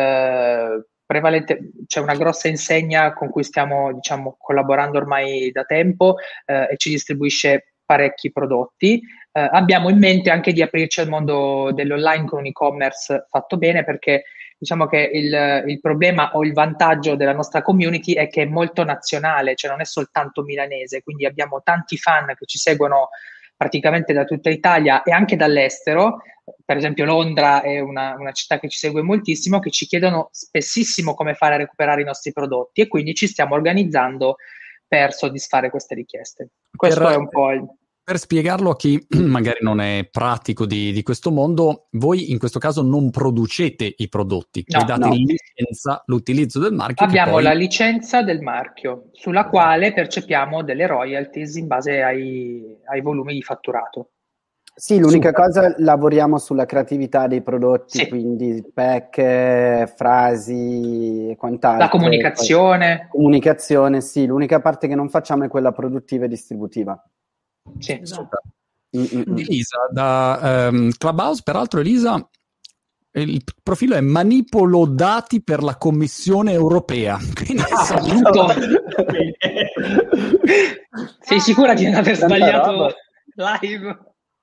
Speaker 4: c'è una grossa insegna con cui stiamo, diciamo, collaborando ormai da tempo, e ci distribuisce parecchi prodotti. Abbiamo in mente anche di aprirci al mondo dell'online con un e-commerce fatto bene, perché diciamo che il problema o il vantaggio della nostra community è che è molto nazionale, cioè non è soltanto milanese, quindi abbiamo tanti fan che ci seguono praticamente da tutta Italia e anche dall'estero. Per esempio Londra è una città che ci segue moltissimo, che ci chiedono spessissimo come fare a recuperare i nostri prodotti, e quindi ci stiamo organizzando per soddisfare queste richieste. Questo è un po' il...
Speaker 1: Per spiegarlo a chi magari non è pratico di questo mondo, voi in questo caso non producete i prodotti,
Speaker 4: no,
Speaker 1: date in licenza l'utilizzo del marchio.
Speaker 4: Abbiamo la licenza del marchio, sulla quale percepiamo delle royalties in base ai volumi di fatturato.
Speaker 2: Sì, l'unica cosa, lavoriamo sulla creatività dei prodotti, sì. Quindi pack, frasi e quant'altro.
Speaker 4: La comunicazione.
Speaker 2: Comunicazione, sì. L'unica parte che non facciamo è quella produttiva e distributiva.
Speaker 4: Sì, esatto.
Speaker 1: Elisa, da Clubhouse, peraltro Elisa, il profilo è manipolo dati per la Commissione Europea. Quindi
Speaker 4: sei sicura di non aver sbagliato live?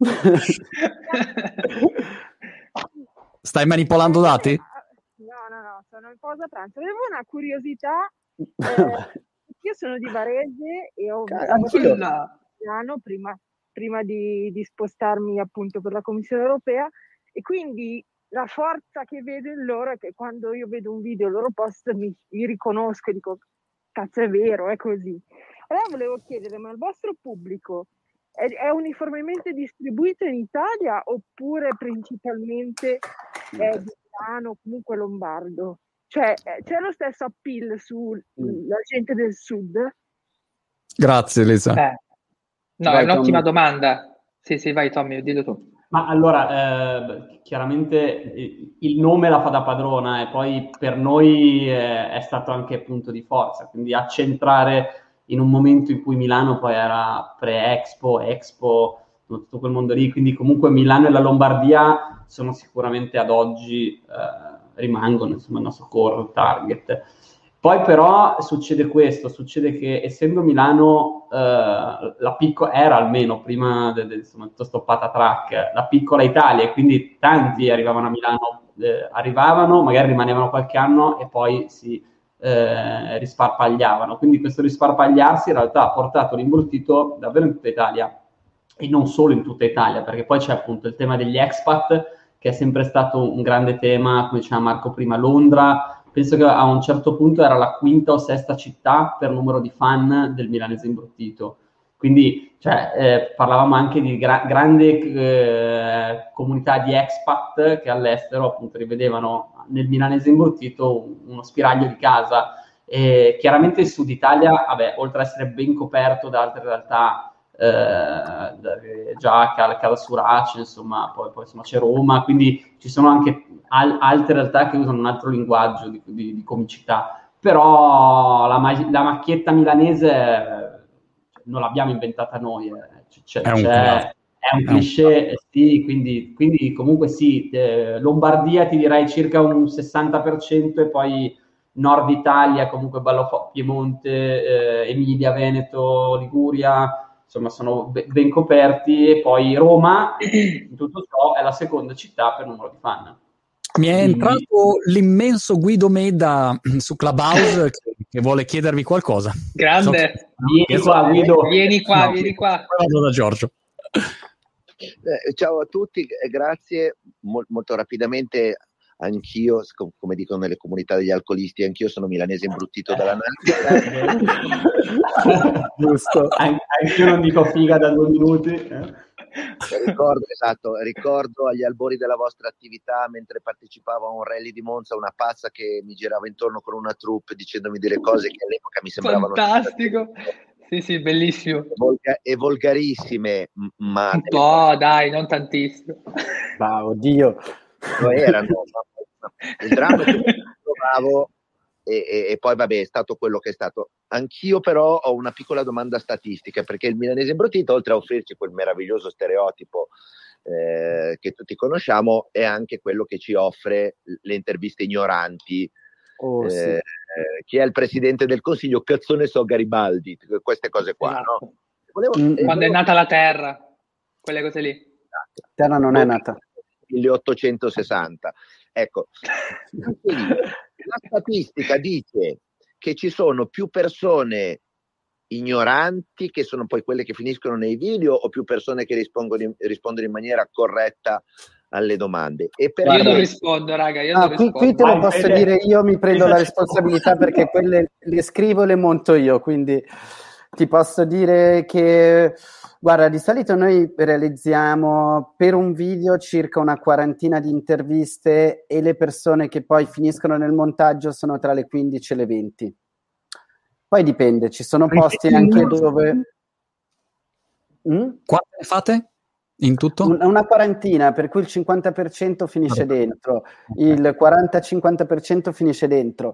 Speaker 1: Stai manipolando dati?
Speaker 8: No, sono in pausa pranzo. Avevo una curiosità. Io sono di Varese e ho Milano prima di spostarmi appunto per la Commissione Europea, e quindi la forza che vedo in loro è che quando io vedo un video, il loro post, mi riconosco e dico cazzo, è vero, è così. Allora volevo chiedere, ma il vostro pubblico è uniformemente distribuito in Italia oppure principalmente è di Milano o comunque lombardo? Cioè c'è lo stesso appeal sulla gente del sud?
Speaker 1: Grazie Elisa.
Speaker 4: No, vai, è un'ottima domanda. Sì, vai Tommy, dillo tu.
Speaker 5: Ma allora, chiaramente il nome la fa da padrona, e poi per noi è stato anche punto di forza, quindi accentrare in un momento in cui Milano poi era pre-Expo, Expo, tutto quel mondo lì, quindi comunque Milano e la Lombardia sono sicuramente ad oggi, rimangono insomma il nostro core target. Poi però succede che essendo Milano era almeno prima insomma tutto sto patatrack, la piccola Italia, e quindi tanti arrivavano a Milano, magari rimanevano qualche anno e poi si risparpagliavano, quindi questo risparpagliarsi in realtà ha portato l'imbrutito davvero in tutta Italia, e non solo in tutta Italia, perché poi c'è appunto il tema degli expat, che è sempre stato un grande tema, come diceva Marco prima. Londra penso che a un certo punto era la quinta o sesta città per numero di fan del Milanese Imbruttito, quindi parlavamo anche di grande comunità di expat che all'estero appunto rivedevano nel Milanese Imbruttito uno spiraglio di casa. E chiaramente il Sud Italia, oltre ad essere ben coperto da altre realtà, già Cala Surace, insomma, poi insomma c'è Roma, quindi ci sono anche altre realtà che usano un altro linguaggio di comicità, però la macchietta milanese non l'abbiamo inventata noi, è un cliché, sì, quindi comunque sì, Lombardia ti direi circa un 60%, e poi Nord Italia comunque Piemonte, Emilia, Veneto, Liguria, insomma sono ben coperti, e poi Roma, in tutto ciò, è la seconda città per numero di fan.
Speaker 1: Mi è entrato l'immenso Guido Meda su Clubhouse che vuole chiedervi qualcosa.
Speaker 4: Grande.
Speaker 5: Vieni qua, Guido.
Speaker 4: Vieni qua.
Speaker 1: Vado da Giorgio.
Speaker 9: Ciao a tutti, grazie. Molto rapidamente, anch'io, come dicono nelle comunità degli alcolisti, anch'io sono milanese imbruttito dalla nascita.
Speaker 5: Giusto. Anch'io non dico figa da 2 minuti.
Speaker 9: Ricordo agli albori della vostra attività, mentre partecipavo a un rally di Monza, una pazza che mi girava intorno con una troupe dicendomi delle cose che all'epoca mi sembravano
Speaker 4: fantastico. Sì, bellissimo.
Speaker 9: E volgarissime, ma...
Speaker 4: Un po', dai, non tantissimo.
Speaker 2: Oddio.
Speaker 9: Lo erano. Il dramma che trovavo e poi vabbè, è stato quello che è stato. Anch'io però ho una piccola domanda statistica, perché il milanese imbruttito, oltre a offrirci quel meraviglioso stereotipo che tutti conosciamo, è anche quello che ci offre le interviste ignoranti.
Speaker 2: Sì.
Speaker 9: Chi è il presidente del Consiglio? Cazzone so Garibaldi, queste cose qua, no?
Speaker 4: Quando è nata la Terra, quelle cose lì.
Speaker 2: La Terra non è nata.
Speaker 9: 1860. Ecco, la statistica dice che ci sono più persone ignoranti, che sono poi quelle che finiscono nei video, o più persone che rispondono in maniera corretta alle domande. E per
Speaker 4: io non rispondo, raga.
Speaker 2: Qui te lo posso dire, io mi prendo la responsabilità perché quelle le scrivo e le monto io, quindi ti posso dire che, guarda, di solito noi realizziamo per un video circa una quarantina di interviste e le persone che poi finiscono nel montaggio sono tra le 15 e le 20. Poi dipende, ci sono posti anche dove...
Speaker 1: Quante ne fate? In tutto?
Speaker 2: Una quarantina, per cui il 50% finisce dentro, il 40-50% finisce dentro.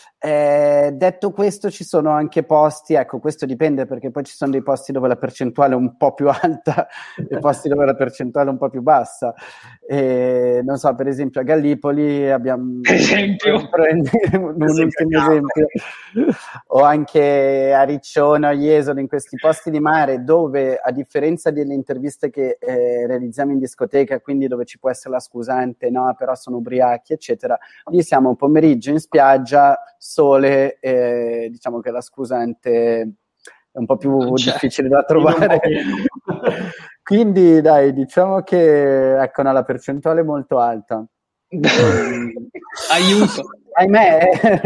Speaker 2: Detto questo, ci sono anche posti, ecco, questo dipende, perché poi ci sono dei posti dove la percentuale è un po' più alta e posti dove la percentuale è un po' più bassa. Non so, per esempio a Gallipoli abbiamo un ultimo esempio, o anche a Riccione, a Jesolo, in questi posti di mare dove, a differenza delle interviste che realizziamo in discoteca, quindi dove ci può essere la scusante, no, però sono ubriachi, eccetera, lì siamo un pomeriggio in spiaggia, sole, diciamo che la scusante è un po' più difficile da trovare. Quindi dai, diciamo che ecco, la percentuale è molto alta.
Speaker 4: Aiuto.
Speaker 2: Ahimè.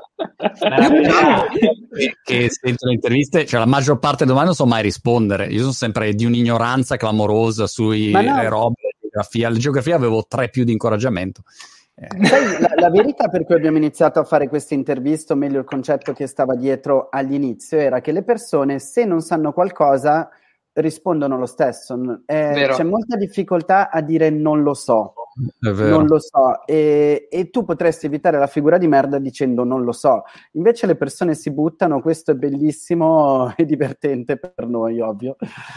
Speaker 1: Che sento le interviste, cioè la maggior parte delle domande non so mai rispondere. Io sono sempre di un'ignoranza clamorosa sui robe, la geografia avevo 3 più di incoraggiamento.
Speaker 2: Sai, la verità per cui abbiamo iniziato a fare queste interviste, o meglio il concetto che stava dietro all'inizio, era che le persone, se non sanno qualcosa, rispondono lo stesso. C'è molta difficoltà a dire non lo so. Non lo so, e tu potresti evitare la figura di merda dicendo non lo so. Invece le persone si buttano, questo è bellissimo e divertente per noi, ovvio.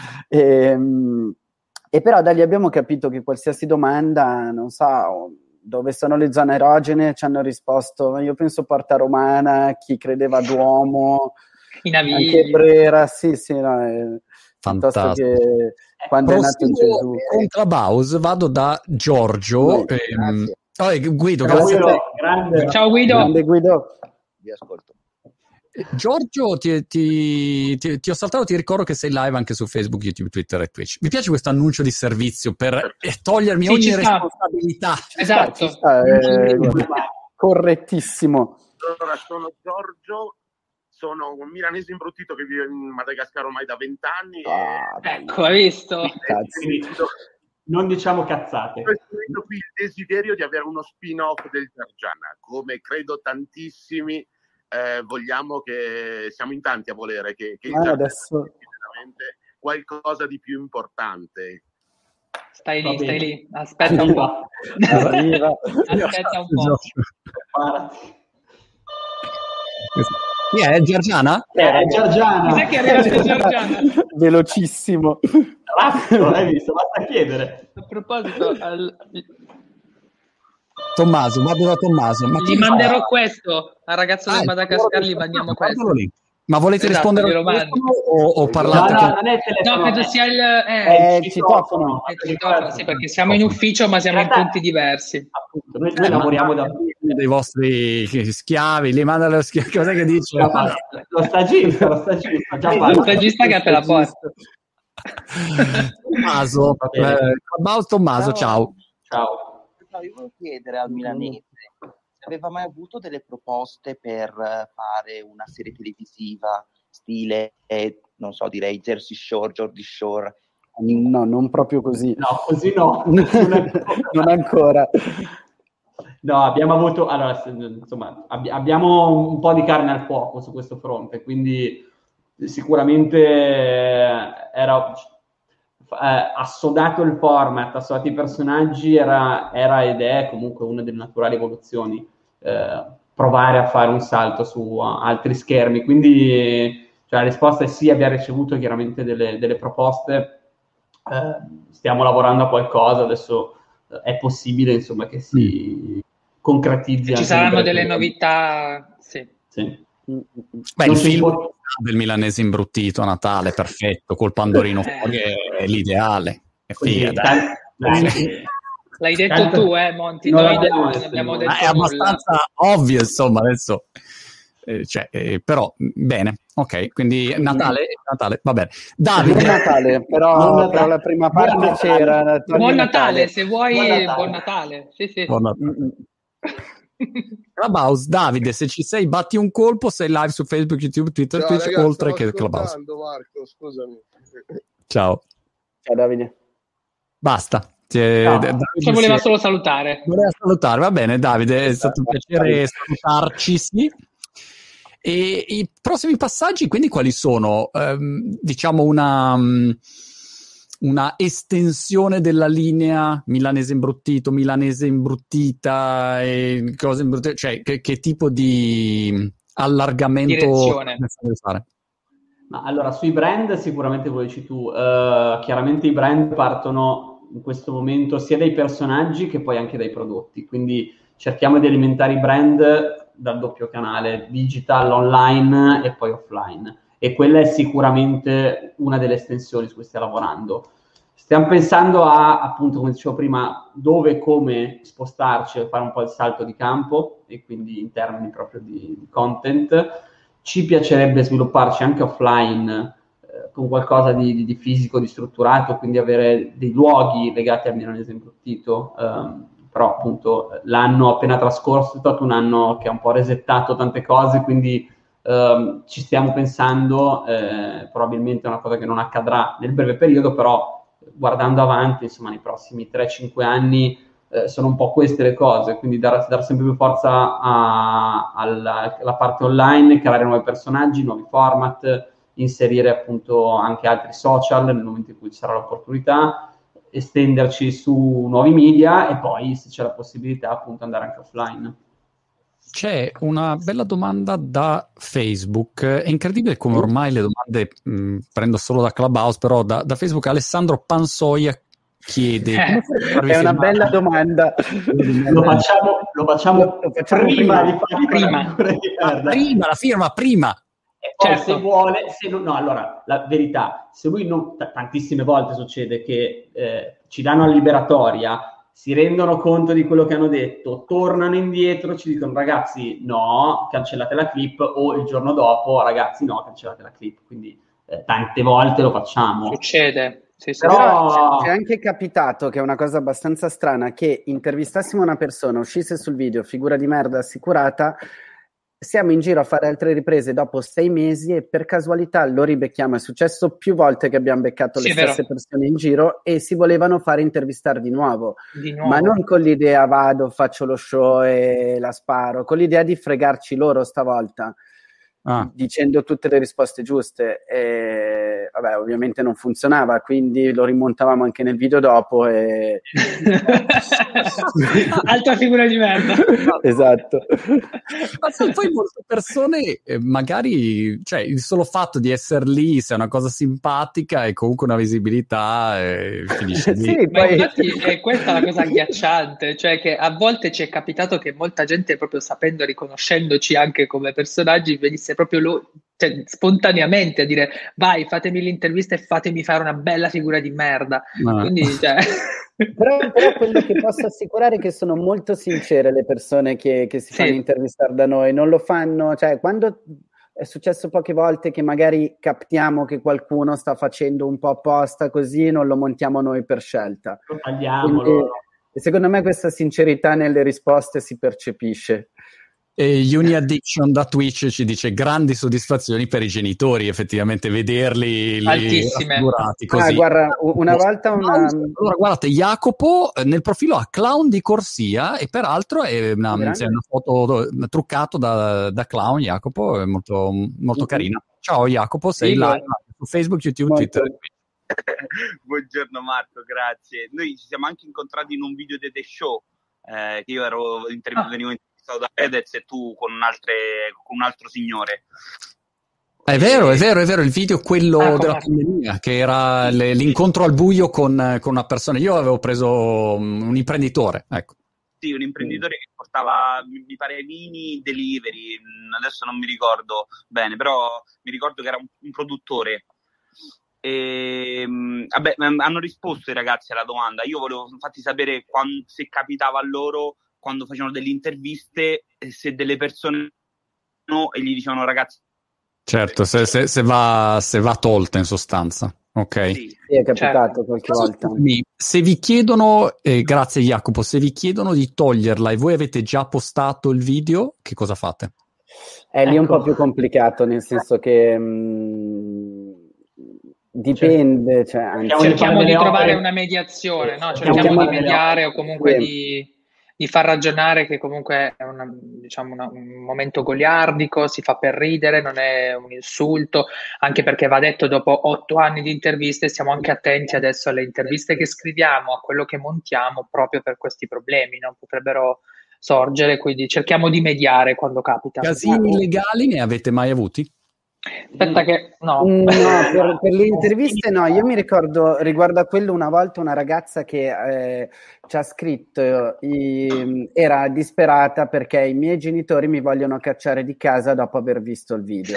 Speaker 2: E però da lì abbiamo capito che qualsiasi domanda, non so, dove sono le zone erogene, ci hanno risposto, io penso Porta Romana, chi credeva Duomo,
Speaker 4: i Navigli,
Speaker 2: anche Brera, sì, no, fantastico. Che quando è nato Gesù.
Speaker 1: Con Clubhouse vado da Giorgio. Guido,
Speaker 4: ciao Guido.
Speaker 2: Grande Guido.
Speaker 9: Vi ascolto.
Speaker 1: Giorgio, ti ho saltato, ti ricordo che sei live anche su Facebook, YouTube, Twitter e Twitch. Mi piace questo annuncio di servizio per togliermi ogni responsabilità.
Speaker 4: Esatto.
Speaker 2: Correttissimo.
Speaker 10: Allora, sono Giorgio, sono un milanese imbruttito che vive in Madagascar ormai da 20 anni.
Speaker 4: Ecco, hai visto?
Speaker 5: Non diciamo cazzate.
Speaker 10: Ho espresso qui il desiderio di avere uno spin-off del Giargiana, come credo tantissimi vogliamo, che siamo in tanti a volere che il Giargiana sia veramente qualcosa di più importante.
Speaker 4: Stai lì, aspetta un po'. Aspetta un po'.
Speaker 1: Chi è? Giargiana?
Speaker 5: È Giargiana.
Speaker 4: Cos'è che è arrivato Giargiana?
Speaker 2: Velocissimo.
Speaker 5: Hai visto? Basta chiedere.
Speaker 4: A proposito,
Speaker 1: Tommaso, vado da Tommaso. Ma
Speaker 4: gli manderò questo al ragazzo del Madagascar, gli mandiamo questo.
Speaker 1: Ma volete rispondere o parlate?
Speaker 4: No, credo sia il
Speaker 2: citofono.
Speaker 4: Sì, perché siamo in ufficio, ma siamo in punti diversi.
Speaker 5: Appunto, noi lavoriamo da
Speaker 1: dei vostri schiavi, li manda lo schiavo. Cos'è che dice?
Speaker 5: Lo stagista.
Speaker 4: Lo stagista che apre la porta.
Speaker 1: Tommaso, ciao.
Speaker 11: Io volevo chiedere al milanese se aveva mai avuto delle proposte per fare una serie televisiva stile, non so, direi Jersey Shore, Geordie Shore.
Speaker 2: No, non proprio così.
Speaker 5: No, così no.
Speaker 2: Non ancora.
Speaker 5: No, abbiamo avuto, allora, insomma, abbiamo un po' di carne al fuoco su questo fronte, quindi sicuramente assodato il format, assodati i personaggi, era ed è comunque una delle naturali evoluzioni, provare a fare un salto su altri schermi. Quindi la risposta è sì, abbiamo ricevuto chiaramente delle proposte, stiamo lavorando a qualcosa, adesso è possibile insomma che si concretizzi.
Speaker 4: Ci saranno delle novità, sì.
Speaker 1: Beh, il film del Milanese Imbruttito a Natale, perfetto, col Pandorino fuori è l'ideale. È figa,
Speaker 4: L'hai detto tu, Monti, noi non abbiamo detto
Speaker 1: è abbastanza ovvio, insomma, adesso. Però bene, ok, quindi Natale, va bene. Davide.
Speaker 2: Buon Natale, però la prima parte c'era.
Speaker 4: Buon Natale, se vuoi, buon Natale. Sì.
Speaker 1: Buon Natale. Clubhouse, Davide, se ci sei, batti un colpo, sei live su Facebook, YouTube, Twitter,
Speaker 12: ciao,
Speaker 1: Twitch,
Speaker 12: ragazzi,
Speaker 1: oltre che Clubhouse.
Speaker 12: Marco, scusami.
Speaker 1: Ciao
Speaker 2: Davide.
Speaker 1: Basta.
Speaker 4: Voleva solo salutare.
Speaker 1: Va bene, Davide, è stato un piacere salutarci, sì. E i prossimi passaggi, quindi, quali sono? Diciamo una estensione della linea Milanese Imbruttito, Milanese Imbruttita e cose imbruttite, cioè che tipo di allargamento deve fare?
Speaker 5: Ma allora, sui brand sicuramente lo dici tu, chiaramente i brand partono in questo momento sia dai personaggi che poi anche dai prodotti, quindi cerchiamo di alimentare i brand dal doppio canale, digital, online e poi offline, e quella è sicuramente una delle estensioni su cui stiamo lavorando. Stiamo pensando a, appunto, come dicevo prima, dove e come spostarci e fare un po' il salto di campo, e quindi in termini proprio di content. Ci piacerebbe svilupparci anche offline, con qualcosa di fisico, di strutturato, quindi avere dei luoghi legati al Milanese Imbruttito, però appunto l'anno appena trascorso è stato un anno che ha un po' resettato tante cose, quindi ci stiamo pensando, probabilmente è una cosa che non accadrà nel breve periodo, però guardando avanti, insomma, nei prossimi 3-5 anni sono un po' queste le cose, quindi dar sempre più forza alla parte online, creare nuovi personaggi, nuovi format, inserire appunto anche altri social nel momento in cui ci sarà l'opportunità, estenderci su nuovi media e poi, se c'è la possibilità, appunto andare anche offline.
Speaker 1: C'è una bella domanda da Facebook, è incredibile come ormai le domande prendo solo da Clubhouse, però da Facebook Alessandro Pansoia chiede
Speaker 2: è una bella domanda.
Speaker 5: Lo facciamo prima di
Speaker 1: la firma prima.
Speaker 5: E poi se vuole, allora la verità, se lui tantissime volte succede che ci danno la liberatoria, si rendono conto di quello che hanno detto, tornano indietro, ci dicono ragazzi no, cancellate la clip, o il giorno dopo ragazzi no, cancellate la clip, quindi tante volte lo facciamo.
Speaker 4: Succede. Sì,
Speaker 2: però c'è anche capitato, che è una cosa abbastanza strana, che intervistassimo una persona, uscisse sul video, figura di merda assicurata, siamo in giro a fare altre riprese dopo 6 mesi e per casualità lo ribecchiamo. È successo più volte che abbiamo beccato le stesse persone in giro e si volevano fare intervistare di nuovo, ma non con l'idea vado, faccio lo show e la sparo, con l'idea di fregarci loro stavolta, dicendo tutte le risposte giuste. E vabbè, ovviamente non funzionava, quindi lo rimontavamo anche nel video dopo e
Speaker 4: altra figura di merda.
Speaker 2: Esatto.
Speaker 1: Ma poi molte persone magari, cioè il solo fatto di essere lì, se è una cosa simpatica e comunque una visibilità, finisce lì.
Speaker 2: Sì,
Speaker 4: ma infatti è questa la cosa agghiacciante, cioè che a volte ci è capitato che molta gente, proprio sapendo, riconoscendoci anche come personaggi, venisse proprio spontaneamente a dire vai, fatemi l'intervista e fatemi fare una bella figura di merda. Quindi
Speaker 2: però quello che posso assicurare è che sono molto sincere le persone che si fanno intervistare da noi, non lo fanno, cioè quando è successo poche volte che magari captiamo che qualcuno sta facendo un po' apposta così, non lo montiamo noi per scelta.
Speaker 5: Quindi,
Speaker 2: secondo me questa sincerità nelle risposte si percepisce.
Speaker 1: E Uni Addiction da Twitch ci dice grandi soddisfazioni per i genitori, effettivamente vederli raffigurati così.
Speaker 2: Guarda, una volta
Speaker 1: allora guardate, Jacopo nel profilo ha clown di corsia e peraltro è una foto truccata da clown. Jacopo è molto, molto carina. Ciao Jacopo, sei live su Facebook, YouTube, Twitter.
Speaker 12: Buongiorno Marco, grazie. Noi ci siamo anche incontrati in un video di The Show, che io venivo intervistato da Fedez e tu con un altro signore.
Speaker 1: È vero, il video quello della pandemia, che era l'incontro al buio con una persona. Io avevo preso un imprenditore, ecco.
Speaker 12: Sì, un imprenditore che portava, mi pare, vini delivery, adesso non mi ricordo bene, però mi ricordo che era un produttore. Vabbè, hanno risposto i ragazzi alla domanda. Io volevo infatti sapere se capitava a loro, quando facevano delle interviste, se delle persone e gli dicevano ragazzi.
Speaker 1: Certo, se va tolta in sostanza. Ok.
Speaker 2: Sì, è capitato qualche volta.
Speaker 1: Se vi chiedono, grazie Jacopo, se vi chiedono di toglierla e voi avete già postato il video, che cosa fate?
Speaker 2: Lì è un po' più complicato, nel senso che dipende.
Speaker 4: Cerchiamo di trovare una mediazione, no? Cerchiamo di mediare o comunque di far ragionare che comunque è un momento goliardico, si fa per ridere, non è un insulto, anche perché va detto, dopo 8 anni di interviste siamo anche attenti adesso alle interviste che scriviamo, a quello che montiamo, proprio per questi problemi, non potrebbero sorgere, quindi cerchiamo di mediare quando capita.
Speaker 1: Casini legali ne avete mai avuti?
Speaker 4: Aspetta che no,
Speaker 2: per le interviste no. Io mi ricordo riguardo a quello, una volta una ragazza che ci ha scritto, era disperata perché i miei genitori mi vogliono cacciare di casa dopo aver visto il video.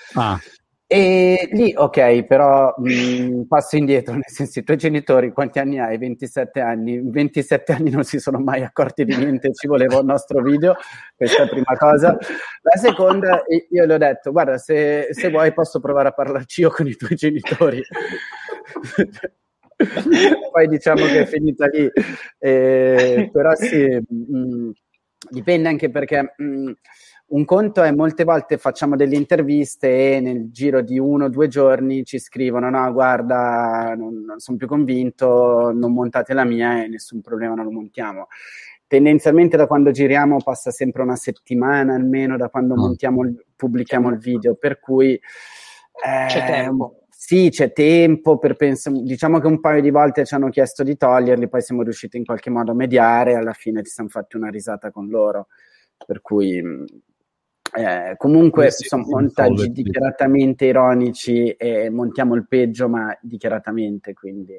Speaker 2: E lì ok, però passo indietro, nel senso, i tuoi genitori quanti anni hai? 27 anni. 27 anni non si sono mai accorti di niente, ci voleva un nostro video, questa è la prima cosa. La seconda, io le ho detto, guarda, se vuoi posso provare a parlarci io con i tuoi genitori. Poi diciamo che è finita lì, però sì, dipende anche perché un conto è, molte volte facciamo delle interviste e nel giro di 1 o 2 giorni ci scrivono no guarda non sono più convinto, non montate la mia e nessun problema, non lo montiamo. Tendenzialmente da quando giriamo passa sempre una settimana almeno da quando pubblichiamo il video, per cui
Speaker 4: c'è tempo.
Speaker 2: Sì, c'è tempo per pensare. Diciamo che un paio di volte ci hanno chiesto di toglierli, poi siamo riusciti in qualche modo a mediare, alla fine ci siamo fatti una risata con loro, per cui comunque sono montaggi dichiaratamente ironici e montiamo il peggio ma dichiaratamente, quindi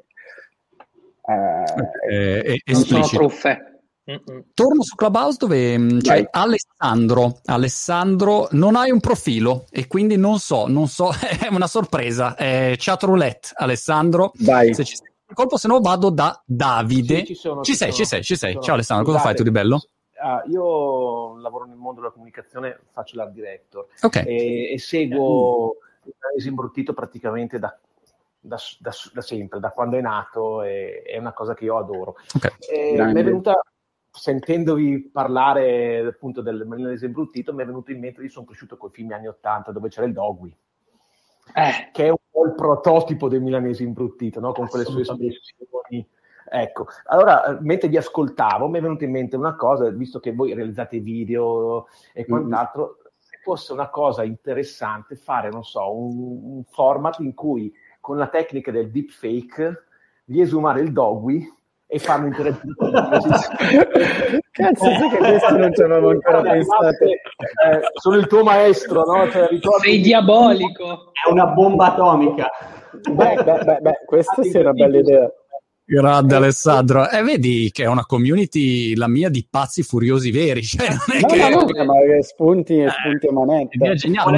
Speaker 4: non sono truffe.
Speaker 1: Torno su Clubhouse dove c'è Alessandro. Non hai un profilo e quindi non so, è una sorpresa. Chat roulette, Alessandro.
Speaker 2: Dai.
Speaker 1: Se ci sei in colpo, se no vado da Davide.
Speaker 13: Sì,
Speaker 1: ci sei. Ciao Alessandro, cosa fai tu di bello?
Speaker 13: Io lavoro nel mondo della comunicazione, faccio l'art director e seguo il Paese Imbruttito praticamente da sempre, da quando è nato, è una cosa che io adoro. Mi è venuta, sentendovi parlare appunto del Milanese Imbruttito, mi è venuto in mente, io sono cresciuto con i film anni 80 dove c'era il Dogui, che è un po' il prototipo del Milanese Imbruttito, no? Con quelle sue espressioni. Ecco, allora mentre vi ascoltavo mi è venuta in mente una cosa, visto che voi realizzate video e quant'altro, se fosse una cosa interessante fare, non so, un format in cui con la tecnica del deepfake di esumare il Dogui e farlo interagire con
Speaker 2: Cazzo, sì che questo non ci avevo ancora pensato.
Speaker 13: Sono il tuo maestro, no?
Speaker 4: Sei diabolico.
Speaker 5: È una bomba atomica.
Speaker 2: Beh, questa sì è una bella idea.
Speaker 1: Grande Alessandro, vedi che è una community, la mia, di pazzi furiosi veri, cioè non è
Speaker 2: ma spunti a manetta.
Speaker 1: È geniale,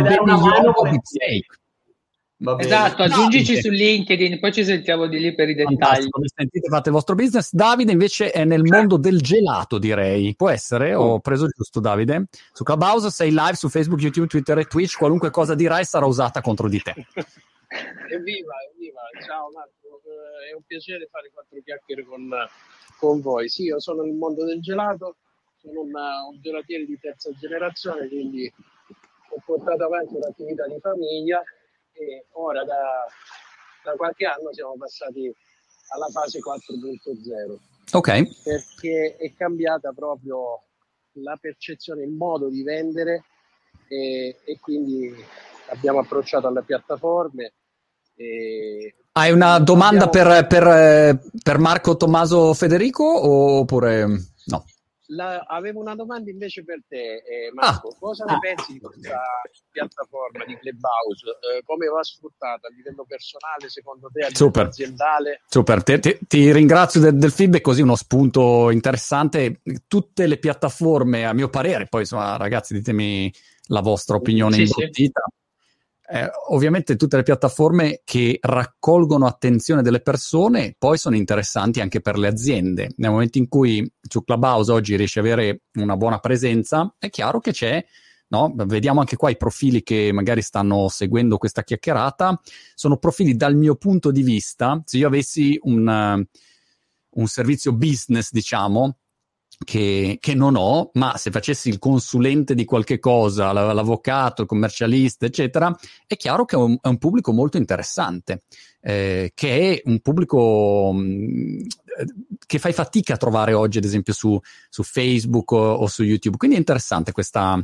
Speaker 4: esatto, aggiungici su LinkedIn, poi ci sentiamo di lì per i dettagli.
Speaker 1: Sentite, fate il vostro business. Davide invece è nel mondo del gelato, direi. Può essere? Ho preso giusto, Davide? Su Clubhouse sei live su Facebook, YouTube, Twitter e Twitch, qualunque cosa dirai sarà usata contro di te.
Speaker 14: Evviva, ciao Marco, è un piacere fare 4 chiacchiere con voi. Sì, io sono nel mondo del gelato, sono un gelatiere di terza generazione, quindi ho portato avanti un'attività di famiglia e ora da qualche anno siamo passati alla fase 4.0.
Speaker 1: Ok.
Speaker 14: Perché è cambiata proprio la percezione, il modo di vendere e quindi abbiamo approcciato alle piattaforme.
Speaker 1: Hai una domanda per Marco Tommaso Federico oppure no?
Speaker 14: Avevo una domanda invece per te, Marco. Cosa ne pensi di questa piattaforma di Clubhouse? Come va sfruttata a livello personale, secondo te, a livello aziendale?
Speaker 1: Super, ti ringrazio del feedback, così uno spunto interessante. Tutte le piattaforme, a mio parere, poi insomma ragazzi ditemi la vostra opinione imbruttita. Ovviamente tutte le piattaforme che raccolgono attenzione delle persone poi sono interessanti anche per le aziende. Nel momento in cui su Clubhouse oggi riesci ad avere una buona presenza, è chiaro che c'è, no? Vediamo anche qua i profili che magari stanno seguendo questa chiacchierata, sono profili dal mio punto di vista, se io avessi un servizio business, diciamo, che non ho, ma se facessi il consulente di qualche cosa, l'avvocato, il commercialista, eccetera, è chiaro che è un pubblico molto interessante, che è un pubblico che fai fatica a trovare oggi, ad esempio, su Facebook o su YouTube. Quindi è interessante questa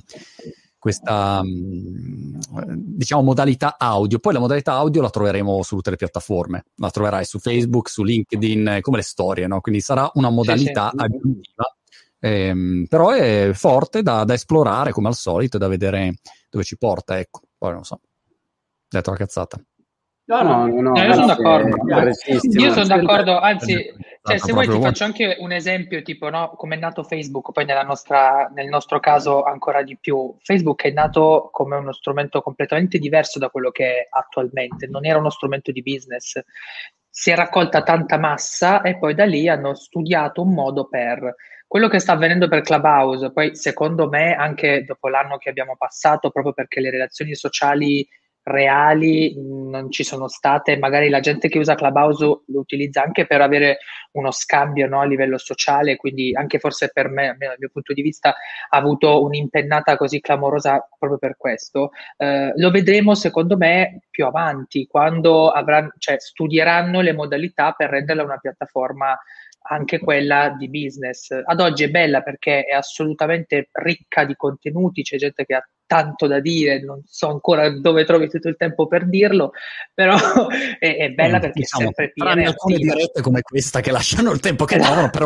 Speaker 1: diciamo modalità audio. Poi la modalità audio la troveremo su tutte le piattaforme, la troverai su Facebook, su LinkedIn, come le storie, no? Quindi sarà una modalità aggiuntiva. Però è forte da esplorare come al solito e da vedere dove ci porta, ecco. Poi non so, detto la cazzata.
Speaker 4: No, io sono d'accordo. Io sono d'accordo, anzi, cioè, se vuoi ti faccio anche un esempio, tipo, no, come è nato Facebook, poi nel nostro caso ancora di più. Facebook è nato come uno strumento completamente diverso da quello che è attualmente, non era uno strumento di business. Si è raccolta tanta massa e poi da lì hanno studiato un modo per... Quello che sta avvenendo per Clubhouse, poi secondo me anche dopo l'anno che abbiamo passato, proprio perché le relazioni sociali reali non ci sono state, magari la gente che usa Clubhouse lo utilizza anche per avere uno scambio, no, a livello sociale, quindi anche forse per me, almeno dal mio punto di vista, ha avuto un'impennata così clamorosa proprio per questo. Lo vedremo secondo me più avanti, quando studieranno le modalità per renderla una piattaforma anche quella di business. Ad oggi è bella perché è assolutamente ricca di contenuti, c'è gente che ha tanto da dire, non so ancora dove trovi tutto il tempo per dirlo, però è bella perché
Speaker 1: diciamo,
Speaker 4: è sempre piena.
Speaker 1: Tranne alcune dirette come questa che lasciano il tempo che trovano, però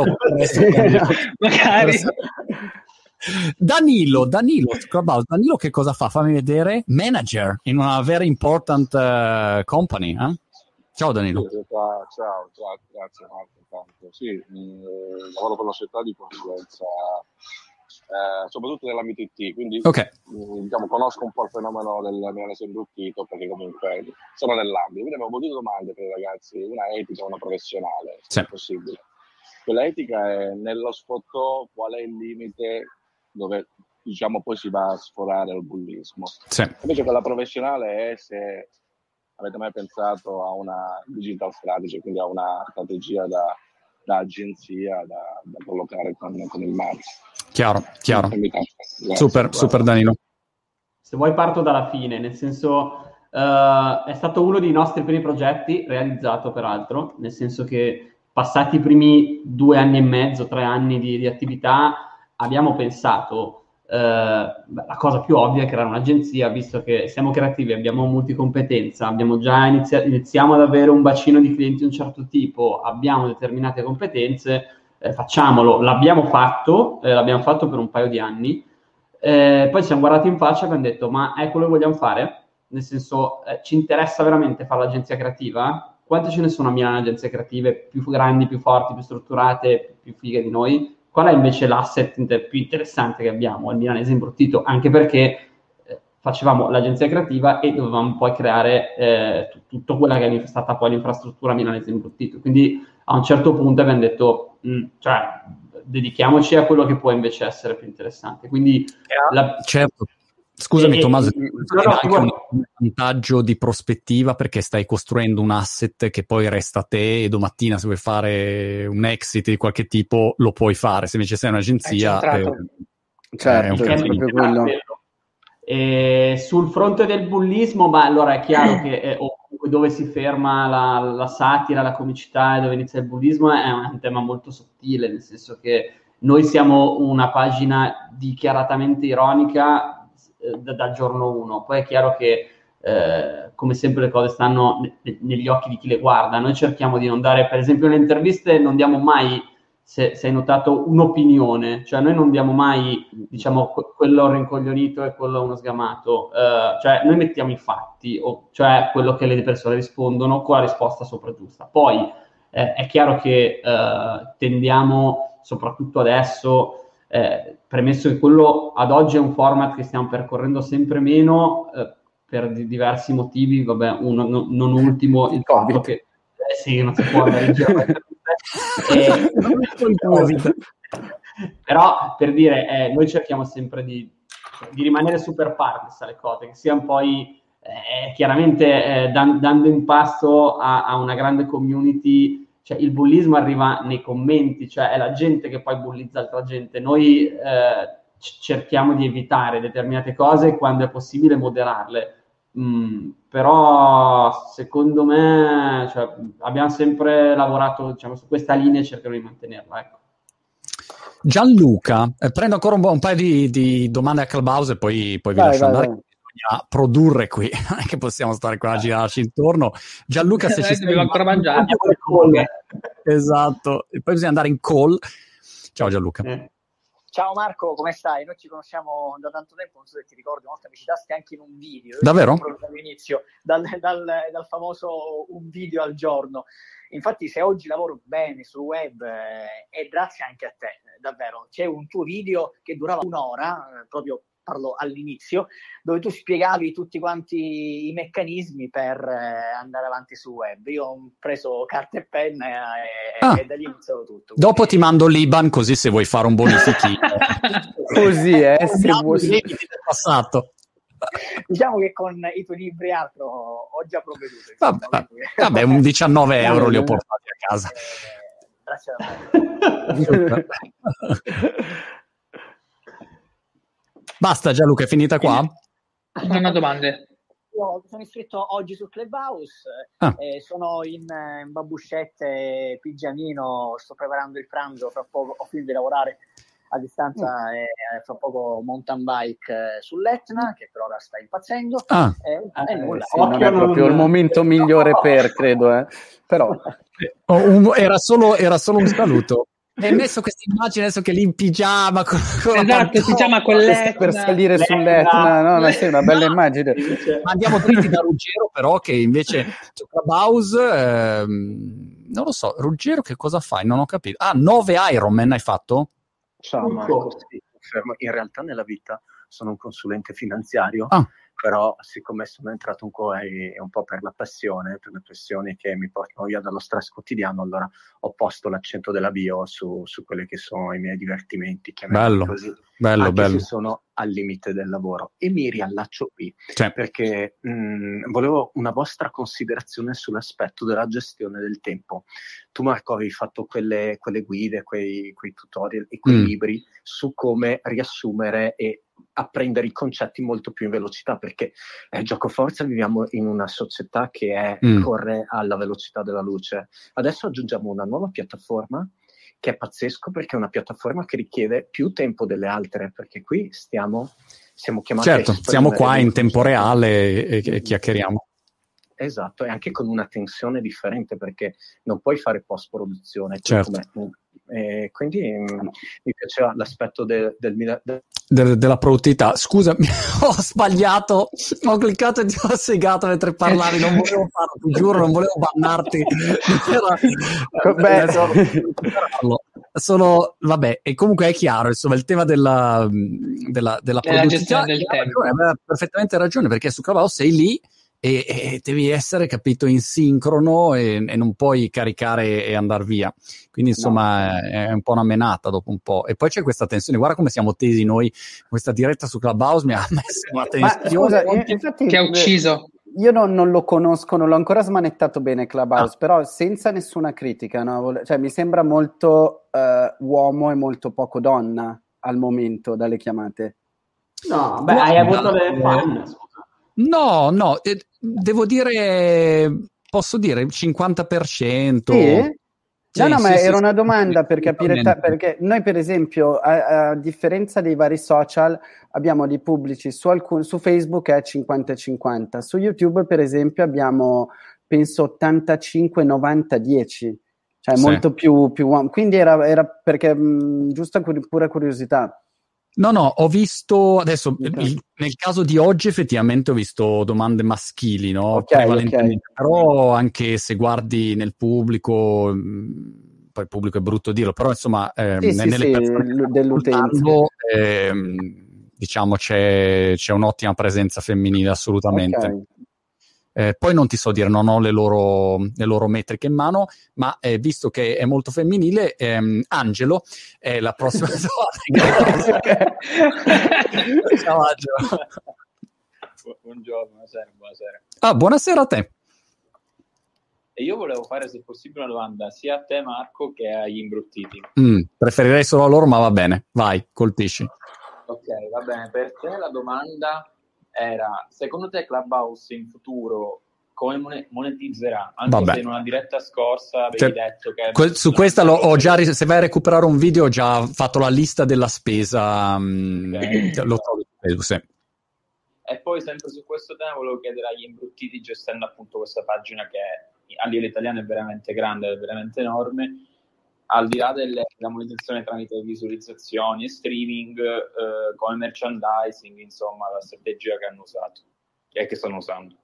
Speaker 4: magari.
Speaker 1: Danilo, Danilo che cosa fa? Fammi vedere. Manager in una very important company, eh? Ciao Danilo.
Speaker 15: Ciao, grazie Marco. Sì, lavoro per una società di consulenza, soprattutto nell'ambito IT, quindi diciamo, conosco un po' il fenomeno del milanese imbruttito, perché comunque sono nell'ambito. Quindi abbiamo due domande per i ragazzi, una etica e una professionale, se è possibile. Quella etica è nello sfottò, qual è il limite dove diciamo poi si va a sforare al bullismo. Invece quella professionale è se avete mai pensato a una digital strategy, quindi a una strategia da agenzia da collocare con il marchio.
Speaker 1: Chiaro. Super Danilo.
Speaker 5: Se vuoi parto dalla fine, nel senso è stato uno dei nostri primi progetti, realizzato peraltro, nel senso che passati i primi 2 anni e mezzo, 3 anni di attività, abbiamo pensato la cosa più ovvia è creare un'agenzia, visto che siamo creativi, abbiamo multicompetenza, abbiamo già iniziamo ad avere un bacino di clienti di un certo tipo, abbiamo determinate competenze, facciamolo. L'abbiamo fatto per un paio di anni, poi ci siamo guardati in faccia e abbiamo detto ma è quello che vogliamo fare? Nel senso, ci interessa veramente fare l'agenzia creativa? Quante ce ne sono a Milano agenzie creative più grandi, più forti, più strutturate, più fighe di noi? Qual è invece l'asset più interessante che abbiamo? Il milanese imbruttito, anche perché facevamo l'agenzia creativa e dovevamo poi creare tutto quella che è stata poi l'infrastruttura milanese imbruttito. Quindi a un certo punto abbiamo detto, dedichiamoci a quello che può invece essere più interessante. Quindi
Speaker 1: certo. Scusami Tommaso, è anche un vantaggio di prospettiva, perché stai costruendo un asset che poi resta a te e domattina se vuoi fare un exit di qualche tipo lo puoi fare, se invece sei un'agenzia
Speaker 2: è proprio quello.
Speaker 5: E sul fronte del bullismo, allora è chiaro che dove si ferma la satira, la comicità e dove inizia il bullismo è un tema molto sottile, nel senso che noi siamo una pagina dichiaratamente ironica dal giorno 1. Poi è chiaro che come sempre le cose stanno negli occhi di chi le guarda. Noi cerchiamo di non dare, per esempio nelle interviste non diamo mai, se hai notato, un'opinione, cioè noi non diamo mai, diciamo, quello rincoglionito e quello uno sgamato, cioè noi mettiamo i fatti, cioè quello che le persone rispondono con la risposta sopra giusta. Poi è chiaro che tendiamo, soprattutto adesso, premesso che quello ad oggi è un format che stiamo percorrendo sempre meno, per diversi motivi, vabbè, uno non ultimo il fatto che sì, non si può andare in giro però per dire, noi cerchiamo sempre di rimanere super partners alle cose, che siano poi chiaramente dando in pasto a una grande community. Cioè il bullismo arriva nei commenti, cioè è la gente che poi bullizza altra gente. Noi cerchiamo di evitare determinate cose e quando è possibile moderarle. Però secondo me, cioè, abbiamo sempre lavorato, diciamo, su questa linea e cercheremo di mantenerla, ecco.
Speaker 1: Gianluca, prendo ancora un paio di domande a Clubhouse e poi vi lascio andare. Bisogna produrre qui, non è che possiamo stare qua a girarci intorno. Gianluca, se ci
Speaker 4: dobbiamo ancora mangiare.
Speaker 1: Esatto, e poi bisogna andare in call. Ciao Gianluca.
Speaker 16: Ciao Marco, come stai? Noi ci conosciamo da tanto tempo, non so se ti ricordi, una volta mi citaste anche in un video.
Speaker 1: Davvero?
Speaker 16: Dall'inizio, dal famoso un video al giorno. Infatti se oggi lavoro bene sul web è grazie anche a te, davvero. C'è un tuo video che durava un'ora, proprio parlo all'inizio, dove tu spiegavi tutti quanti i meccanismi per andare avanti sul web. Io ho preso carta e penna e da lì è iniziato tutto.
Speaker 1: Dopo ti mando l'IBAN così se vuoi fare un bonifichino.
Speaker 2: Così, se vuoi.
Speaker 1: Del passato.
Speaker 16: Diciamo che con i tuoi libri e altro ho già provveduto.
Speaker 1: Vabbè, un 19 euro li ho portati a casa.
Speaker 16: Grazie a te.
Speaker 1: Basta Gianluca, è finita qua?
Speaker 4: Non ho domande.
Speaker 16: Io sono iscritto oggi su Clubhouse, sono in babuscette e pigiamino, sto preparando il pranzo, fra poco ho finito di lavorare a distanza e fra poco mountain bike sull'Etna, che per ora sta impazzendo.
Speaker 2: Nulla. Sì, non è proprio il momento migliore credo, però
Speaker 1: era solo un saluto. Hai messo questa immagine adesso che lì in pigiama con
Speaker 4: esatto, pigiama con l'Etna
Speaker 2: per salire sull'Etna, no? Ma sì, una bella immagine.
Speaker 1: Ma andiamo dritti da Ruggero, però, che invece su Clubhouse non lo so, Ruggero che cosa fai? Non ho capito. 9 Ironman hai fatto?
Speaker 17: Ciao Marco, sì, confermo. In realtà nella vita sono un consulente finanziario, però siccome sono entrato un po' per la passione, per le questioni che mi portano via dallo stress quotidiano, allora ho posto l'accento della bio su quelli che sono i miei divertimenti,
Speaker 1: bello,
Speaker 17: così,
Speaker 1: bello.
Speaker 17: Se sono al limite del lavoro. E mi riallaccio qui, perché volevo una vostra considerazione sull'aspetto della gestione del tempo. Tu Marco avevi fatto quelle guide, quei tutorial e quei libri su come riassumere e apprendere i concetti molto più in velocità, perché gioco forza viviamo in una società che corre alla velocità della luce. Adesso aggiungiamo una nuova piattaforma che è pazzesco, perché è una piattaforma che richiede più tempo delle altre, perché qui siamo chiamati
Speaker 1: a siamo qua in tempo reale e chiacchieriamo.
Speaker 17: Esatto, e anche con una tensione differente, perché non puoi fare post-produzione. Quindi mi piaceva l'aspetto
Speaker 1: della produttività. Scusa, ho sbagliato, ho cliccato e ti ho segato mentre parlavi, non volevo farlo, ti giuro, non volevo bannarti. Vabbè, e comunque è chiaro, insomma, il tema della produttività
Speaker 4: del tempo.
Speaker 1: Aveva perfettamente ragione, perché su Clubhouse sei lì e devi essere, capito, in sincrono e non puoi caricare e andare via. Quindi insomma è un po' una menata dopo un po'. E poi c'è questa tensione, guarda come siamo tesi noi, questa diretta su Clubhouse mi ha messo una tensione.
Speaker 2: Ma, scusa, infatti,
Speaker 4: che ha ucciso.
Speaker 2: Io non lo conosco, non l'ho ancora smanettato bene Clubhouse, però senza nessuna critica, no? Cioè mi sembra molto uomo e molto poco donna al momento dalle chiamate.
Speaker 5: No, beh, hai avuto le fan.
Speaker 1: No, devo dire, posso dire 50%.
Speaker 2: Sì? Ma era una domanda per capire, perché noi per esempio, a differenza dei vari social, abbiamo dei pubblici su Facebook è 50-50, su YouTube per esempio abbiamo penso 85-90-10, cioè molto più quindi era perché giusta pura curiosità.
Speaker 1: No, ho visto adesso nel caso di oggi effettivamente ho visto domande maschili, no? Prevalentemente, però anche se guardi nel pubblico, poi il pubblico è brutto dirlo, però insomma nelle persone dell'utenza diciamo c'è un'ottima presenza femminile assolutamente. Poi non ti so dire, non ho le loro metriche in mano, ma visto che è molto femminile, Angelo è la prossima domanda. Ciao Angelo.
Speaker 18: Buongiorno, buonasera.
Speaker 1: Buonasera a te.
Speaker 18: E io volevo fare, se possibile, una domanda sia a te Marco che agli imbruttiti.
Speaker 1: Preferirei solo a loro, ma va bene, vai, colpisci.
Speaker 18: Ok, va bene. Per te la domanda era: secondo te Clubhouse in futuro come monetizzerà? Anche se in una diretta scorsa avevi detto che...
Speaker 1: Su questa ho già, se vai a recuperare un video, ho già fatto la lista della spesa, lo trovi su Facebook, sì.
Speaker 18: E poi sempre su questo tema volevo chiedere agli imbruttiti, gestendo appunto questa pagina che a livello italiano è veramente grande, è veramente enorme, al di là della monetizzazione tramite visualizzazioni e streaming, come merchandising, insomma, la strategia che hanno usato e che stanno usando.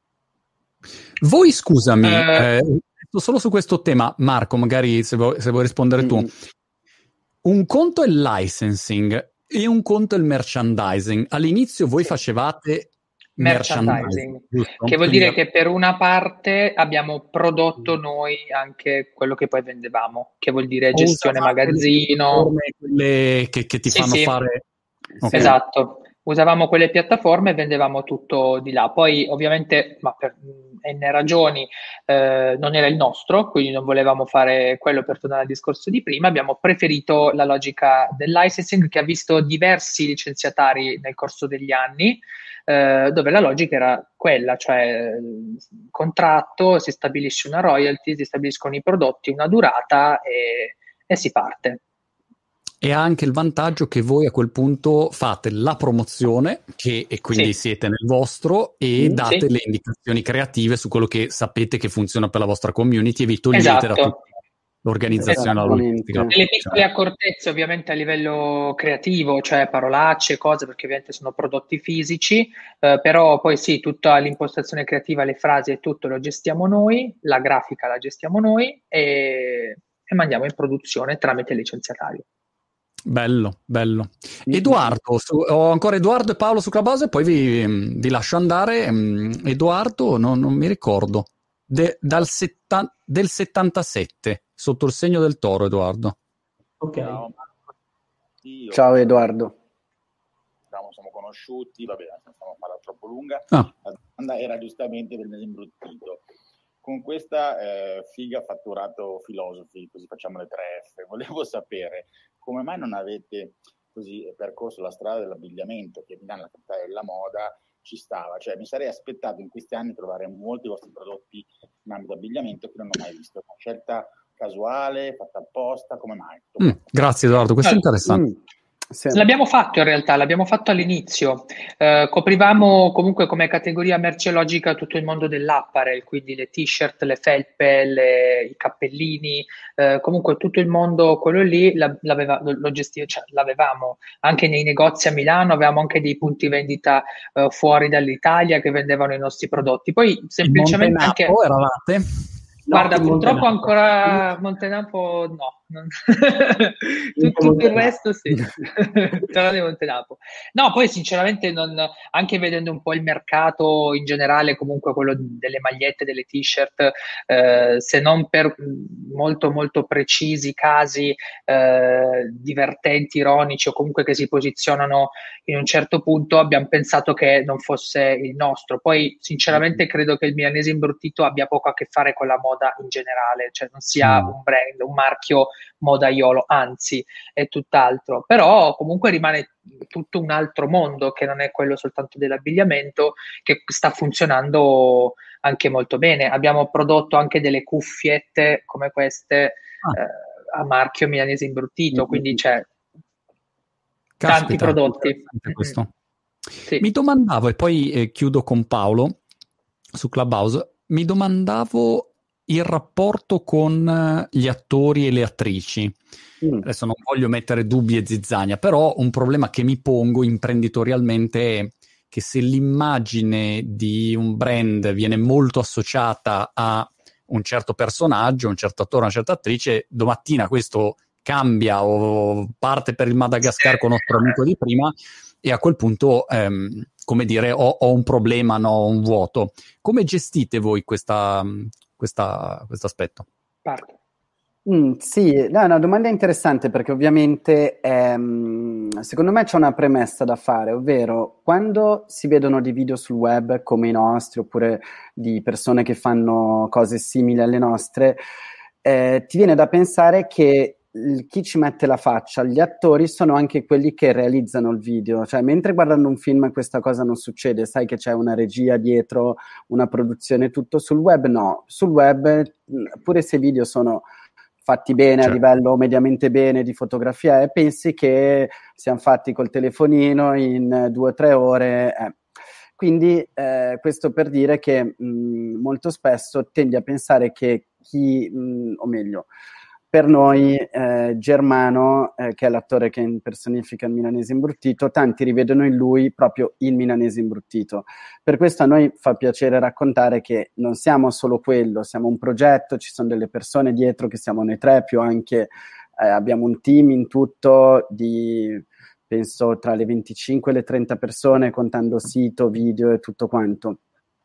Speaker 1: Voi, scusami, solo su questo tema, Marco, magari se vuoi rispondere tu. Un conto è il licensing e un conto è il merchandising. All'inizio voi facevate merchandising,
Speaker 4: che vuol dire che per una parte abbiamo prodotto noi anche quello che poi vendevamo, che vuol dire gestione magazzino,
Speaker 1: quelle che ti fanno fare.
Speaker 4: Okay. Esatto, usavamo quelle piattaforme e vendevamo tutto di là. Poi ovviamente, ma per n ragioni, non era il nostro, quindi non volevamo fare quello. Per tornare al discorso di prima, abbiamo preferito la logica del licensing, che ha visto diversi licenziatari nel corso degli anni, dove la logica era quella, cioè contratto, si stabilisce una royalty, si stabiliscono i prodotti, una durata e si parte.
Speaker 1: E ha anche il vantaggio che voi a quel punto fate la promozione, e quindi siete nel vostro, e date le indicazioni creative su quello che sapete che funziona per la vostra community, e vi togliete da tutta l'organizzazione, la logistica.
Speaker 4: Delle piccole accortezze ovviamente a livello creativo, cioè parolacce, cose, perché ovviamente sono prodotti fisici, però poi tutta l'impostazione creativa, le frasi e tutto lo gestiamo noi, la grafica la gestiamo noi e mandiamo in produzione tramite il licenziatario.
Speaker 1: Bello. Edoardo, ho ancora Edoardo e Paolo su Clubhouse e poi vi lascio andare. Edoardo, non mi ricordo, del 77, sotto il segno del toro, Edoardo.
Speaker 19: Ok.
Speaker 2: Ciao Edoardo.
Speaker 19: Siamo conosciuti, vabbè, non stiamo a farla troppo lunga. La domanda era giustamente per l'imbrutito. Con questa figa fatturato Philosophy, così facciamo le 3F, volevo sapere come mai non avete così percorso la strada dell'abbigliamento, che Milano, la capitale della moda, ci stava. Cioè mi sarei aspettato in questi anni trovare molti vostri prodotti in ambito abbigliamento che non ho mai visto. Una scelta casuale, fatta apposta, come mai?
Speaker 1: Grazie Edoardo, questo è interessante.
Speaker 4: L'abbiamo fatto in realtà, l'abbiamo fatto all'inizio. Coprivamo comunque come categoria merceologica tutto il mondo dell'apparel, quindi le t-shirt, le felpe, i cappellini, comunque tutto il mondo, quello lì l'avevamo anche nei negozi a Milano, avevamo anche dei punti vendita fuori dall'Italia che vendevano i nostri prodotti. Poi semplicemente anche...
Speaker 1: eravate?
Speaker 4: Guarda, purtroppo ancora Montenapo no. tutto il resto sì. Però di Montenapo. No, poi sinceramente anche vedendo un po' il mercato in generale, comunque quello delle magliette, delle t-shirt, se non per molto molto precisi casi divertenti, ironici o comunque che si posizionano in un certo punto, abbiamo pensato che non fosse il nostro. Poi sinceramente credo che il milanese imbruttito abbia poco a che fare con la moda in generale, cioè non sia un brand, un marchio modaiolo, anzi è tutt'altro, però comunque rimane tutto un altro mondo che non è quello soltanto dell'abbigliamento, che sta funzionando anche molto bene. Abbiamo prodotto anche delle cuffiette come queste a marchio Milanese Imbruttito, quindi c'è tanti prodotti.
Speaker 1: Questo. Sì. Mi domandavo, e poi chiudo con Paolo su Clubhouse, mi domandavo il rapporto con gli attori e le attrici. Adesso non voglio mettere dubbi e zizzania, però un problema che mi pongo imprenditorialmente è che se l'immagine di un brand viene molto associata a un certo personaggio, un certo attore, una certa attrice, domattina questo cambia o parte per il Madagascar con nostro amico di prima, e a quel punto, come dire, ho un problema, no, un vuoto. Come gestite voi questo aspetto?
Speaker 2: Sì, no, è una domanda interessante, perché ovviamente secondo me c'è una premessa da fare, ovvero quando si vedono dei video sul web come i nostri, oppure di persone che fanno cose simili alle nostre, ti viene da pensare che chi ci mette la faccia, gli attori, sono anche quelli che realizzano il video. Cioè, mentre guardando un film questa cosa non succede, sai che c'è una regia dietro, una produzione, tutto. Sul web no, sul web pure se i video sono fatti bene, a livello mediamente bene di fotografia, pensi che siano fatti col telefonino in 2 o 3 ore. Quindi questo per dire che molto spesso tendi a pensare che o meglio, per noi Germano, che è l'attore che impersonifica il Milanese Imbruttito, tanti rivedono in lui proprio il Milanese Imbruttito. Per questo a noi fa piacere raccontare che non siamo solo quello, siamo un progetto, ci sono delle persone dietro, che siamo noi 3, più anche abbiamo un team in tutto di, penso, tra le 25 e le 30 persone, contando sito, video e tutto quanto.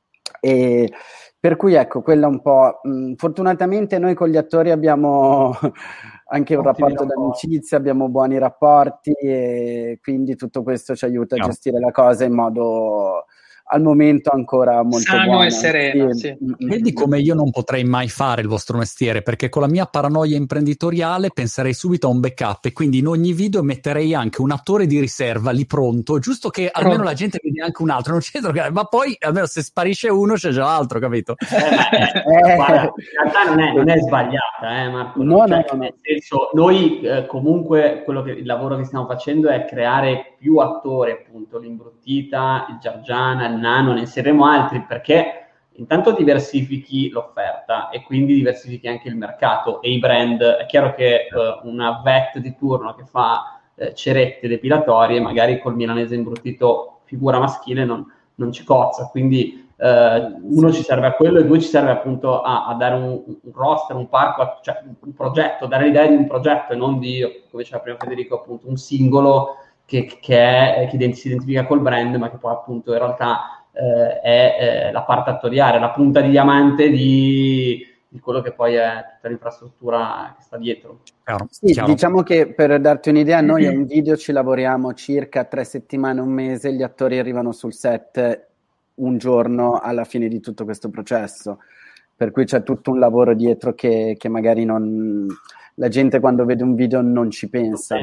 Speaker 2: E per cui ecco, quella un po'. Fortunatamente noi con gli attori abbiamo anche un rapporto d'amicizia, abbiamo buoni rapporti, e quindi tutto questo ci aiuta a gestire la cosa in modo al momento ancora molto
Speaker 4: sano
Speaker 2: buono
Speaker 4: e sereno. Sì.
Speaker 1: Vedi come io non potrei mai fare il vostro mestiere, perché con la mia paranoia imprenditoriale penserei subito a un backup, e quindi in ogni video metterei anche un attore di riserva lì pronto, giusto che almeno la gente vede anche un altro, non c'è, ma poi almeno se sparisce uno c'è già l'altro, capito?
Speaker 5: Guarda, in realtà non è sbagliata, Marco.
Speaker 2: No.
Speaker 5: Nel senso, noi comunque il lavoro che stiamo facendo è creare più attori, appunto l'Imbruttita, il Giargiana, il Nano, ne inseriremo altri, perché intanto diversifichi l'offerta e quindi diversifichi anche il mercato e i brand. È chiaro che una vet di turno che fa cerette depilatorie, magari col Milanese Imbruttito figura maschile non ci cozza, quindi uno ci serve a quello, e 2 ci serve appunto a dare un roster, un parco, cioè un progetto, dare l'idea di un progetto e non di, come diceva prima Federico, appunto un singolo che si identifica col brand, ma che poi appunto in realtà è la parte attoriale, la punta di diamante di quello che poi è tutta l'infrastruttura che sta dietro.
Speaker 2: Chiaro. Diciamo che, per darti un'idea, noi a un video ci lavoriamo circa 3 settimane, un mese, gli attori arrivano sul set un giorno alla fine di tutto questo processo, per cui c'è tutto un lavoro dietro che magari la gente quando vede un video non ci pensa.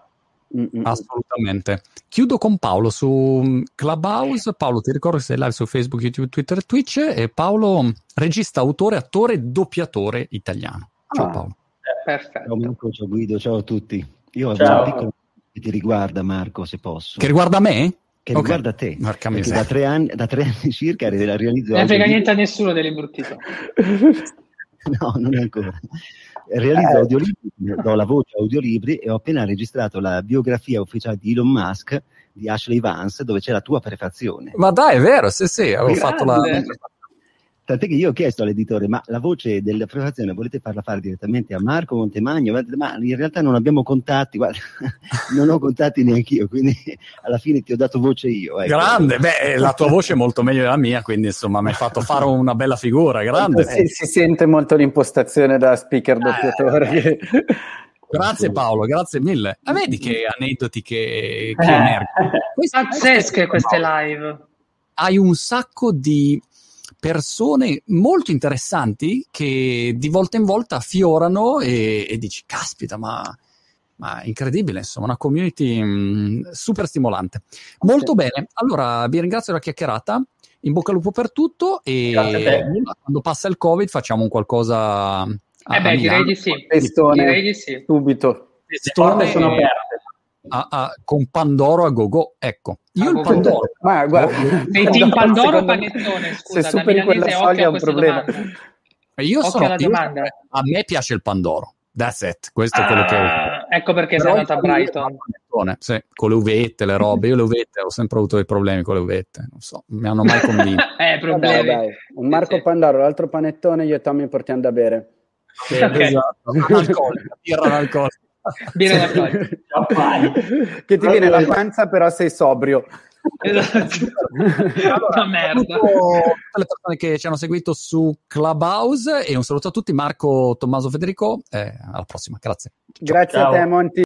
Speaker 1: Assolutamente. Chiudo con Paolo su Clubhouse. Paolo, ti ricordo che sei live su Facebook, YouTube, Twitter e Twitch, e Paolo, regista, autore, attore, doppiatore italiano. Ciao Paolo.
Speaker 4: Perfetto.
Speaker 20: Ciao Marco, ciao Guido, ciao a tutti. Io ho una piccola che ti riguarda, Marco, se posso.
Speaker 1: Che riguarda me?
Speaker 20: Che riguarda te. Perché da 3 anni circa realizzo.
Speaker 4: Non frega niente a nessuno dell'Imbruttito.
Speaker 20: No, non è ancora. Realizzo audiolibri, do la voce a audiolibri, e ho appena registrato la biografia ufficiale di Elon Musk, di Ashley Vance, dove c'è la tua prefazione.
Speaker 1: Ma dai, è vero, sì, avevo fatto la...
Speaker 20: Tant'è che io ho chiesto all'editore, ma la voce della prefazione volete farla fare direttamente a Marco Montemagno? Ma in realtà non abbiamo contatti, guarda, non ho contatti neanche io, quindi alla fine ti ho dato voce io. Ecco.
Speaker 1: Grande, la tua voce è molto meglio della mia, quindi insomma mi hai fatto fare una bella figura, grande.
Speaker 2: Si sente molto l'impostazione da speaker doppiatore.
Speaker 1: Grazie Paolo, grazie mille. Vedi che aneddoti che emergono.
Speaker 4: Pazzesche queste live.
Speaker 1: Hai un sacco di persone molto interessanti che di volta in volta affiorano e dici, caspita, ma incredibile, insomma, una community super stimolante. Molto bene, allora vi ringrazio della chiacchierata, in bocca al lupo per tutto e quando passa il Covid facciamo un qualcosa
Speaker 4: direi di sì.
Speaker 2: Direi di sì. Subito.
Speaker 5: Le porte sono aperte.
Speaker 1: Con Pandoro a go-go, ecco. Io il Pandoro.
Speaker 2: Ma guarda,
Speaker 4: sei team Pandoro o Panettone? Scusa,
Speaker 2: se superi quella soglia è un problema.
Speaker 1: A me piace il Pandoro. That's it. Questo è quello che
Speaker 4: ecco perché sei andato a Brighton.
Speaker 1: Sì, con le uvette, le robe. Io le uvette ho sempre avuto dei problemi con le uvette. Non so, mi hanno mai convinto.
Speaker 4: Problemi.
Speaker 2: Dai. Un Marco Pandoro, l'altro panettone, io e Tommy portiamo da bere.
Speaker 1: Esatto. Birra alcolica.
Speaker 2: Che ti viene la panza, però sei sobrio.
Speaker 4: Esatto.
Speaker 1: Allora, merda. Tutte le persone che ci hanno seguito su Clubhouse e un saluto a tutti. Marco, Tommaso, Federico, alla prossima, grazie.
Speaker 2: Grazie a te, Monti.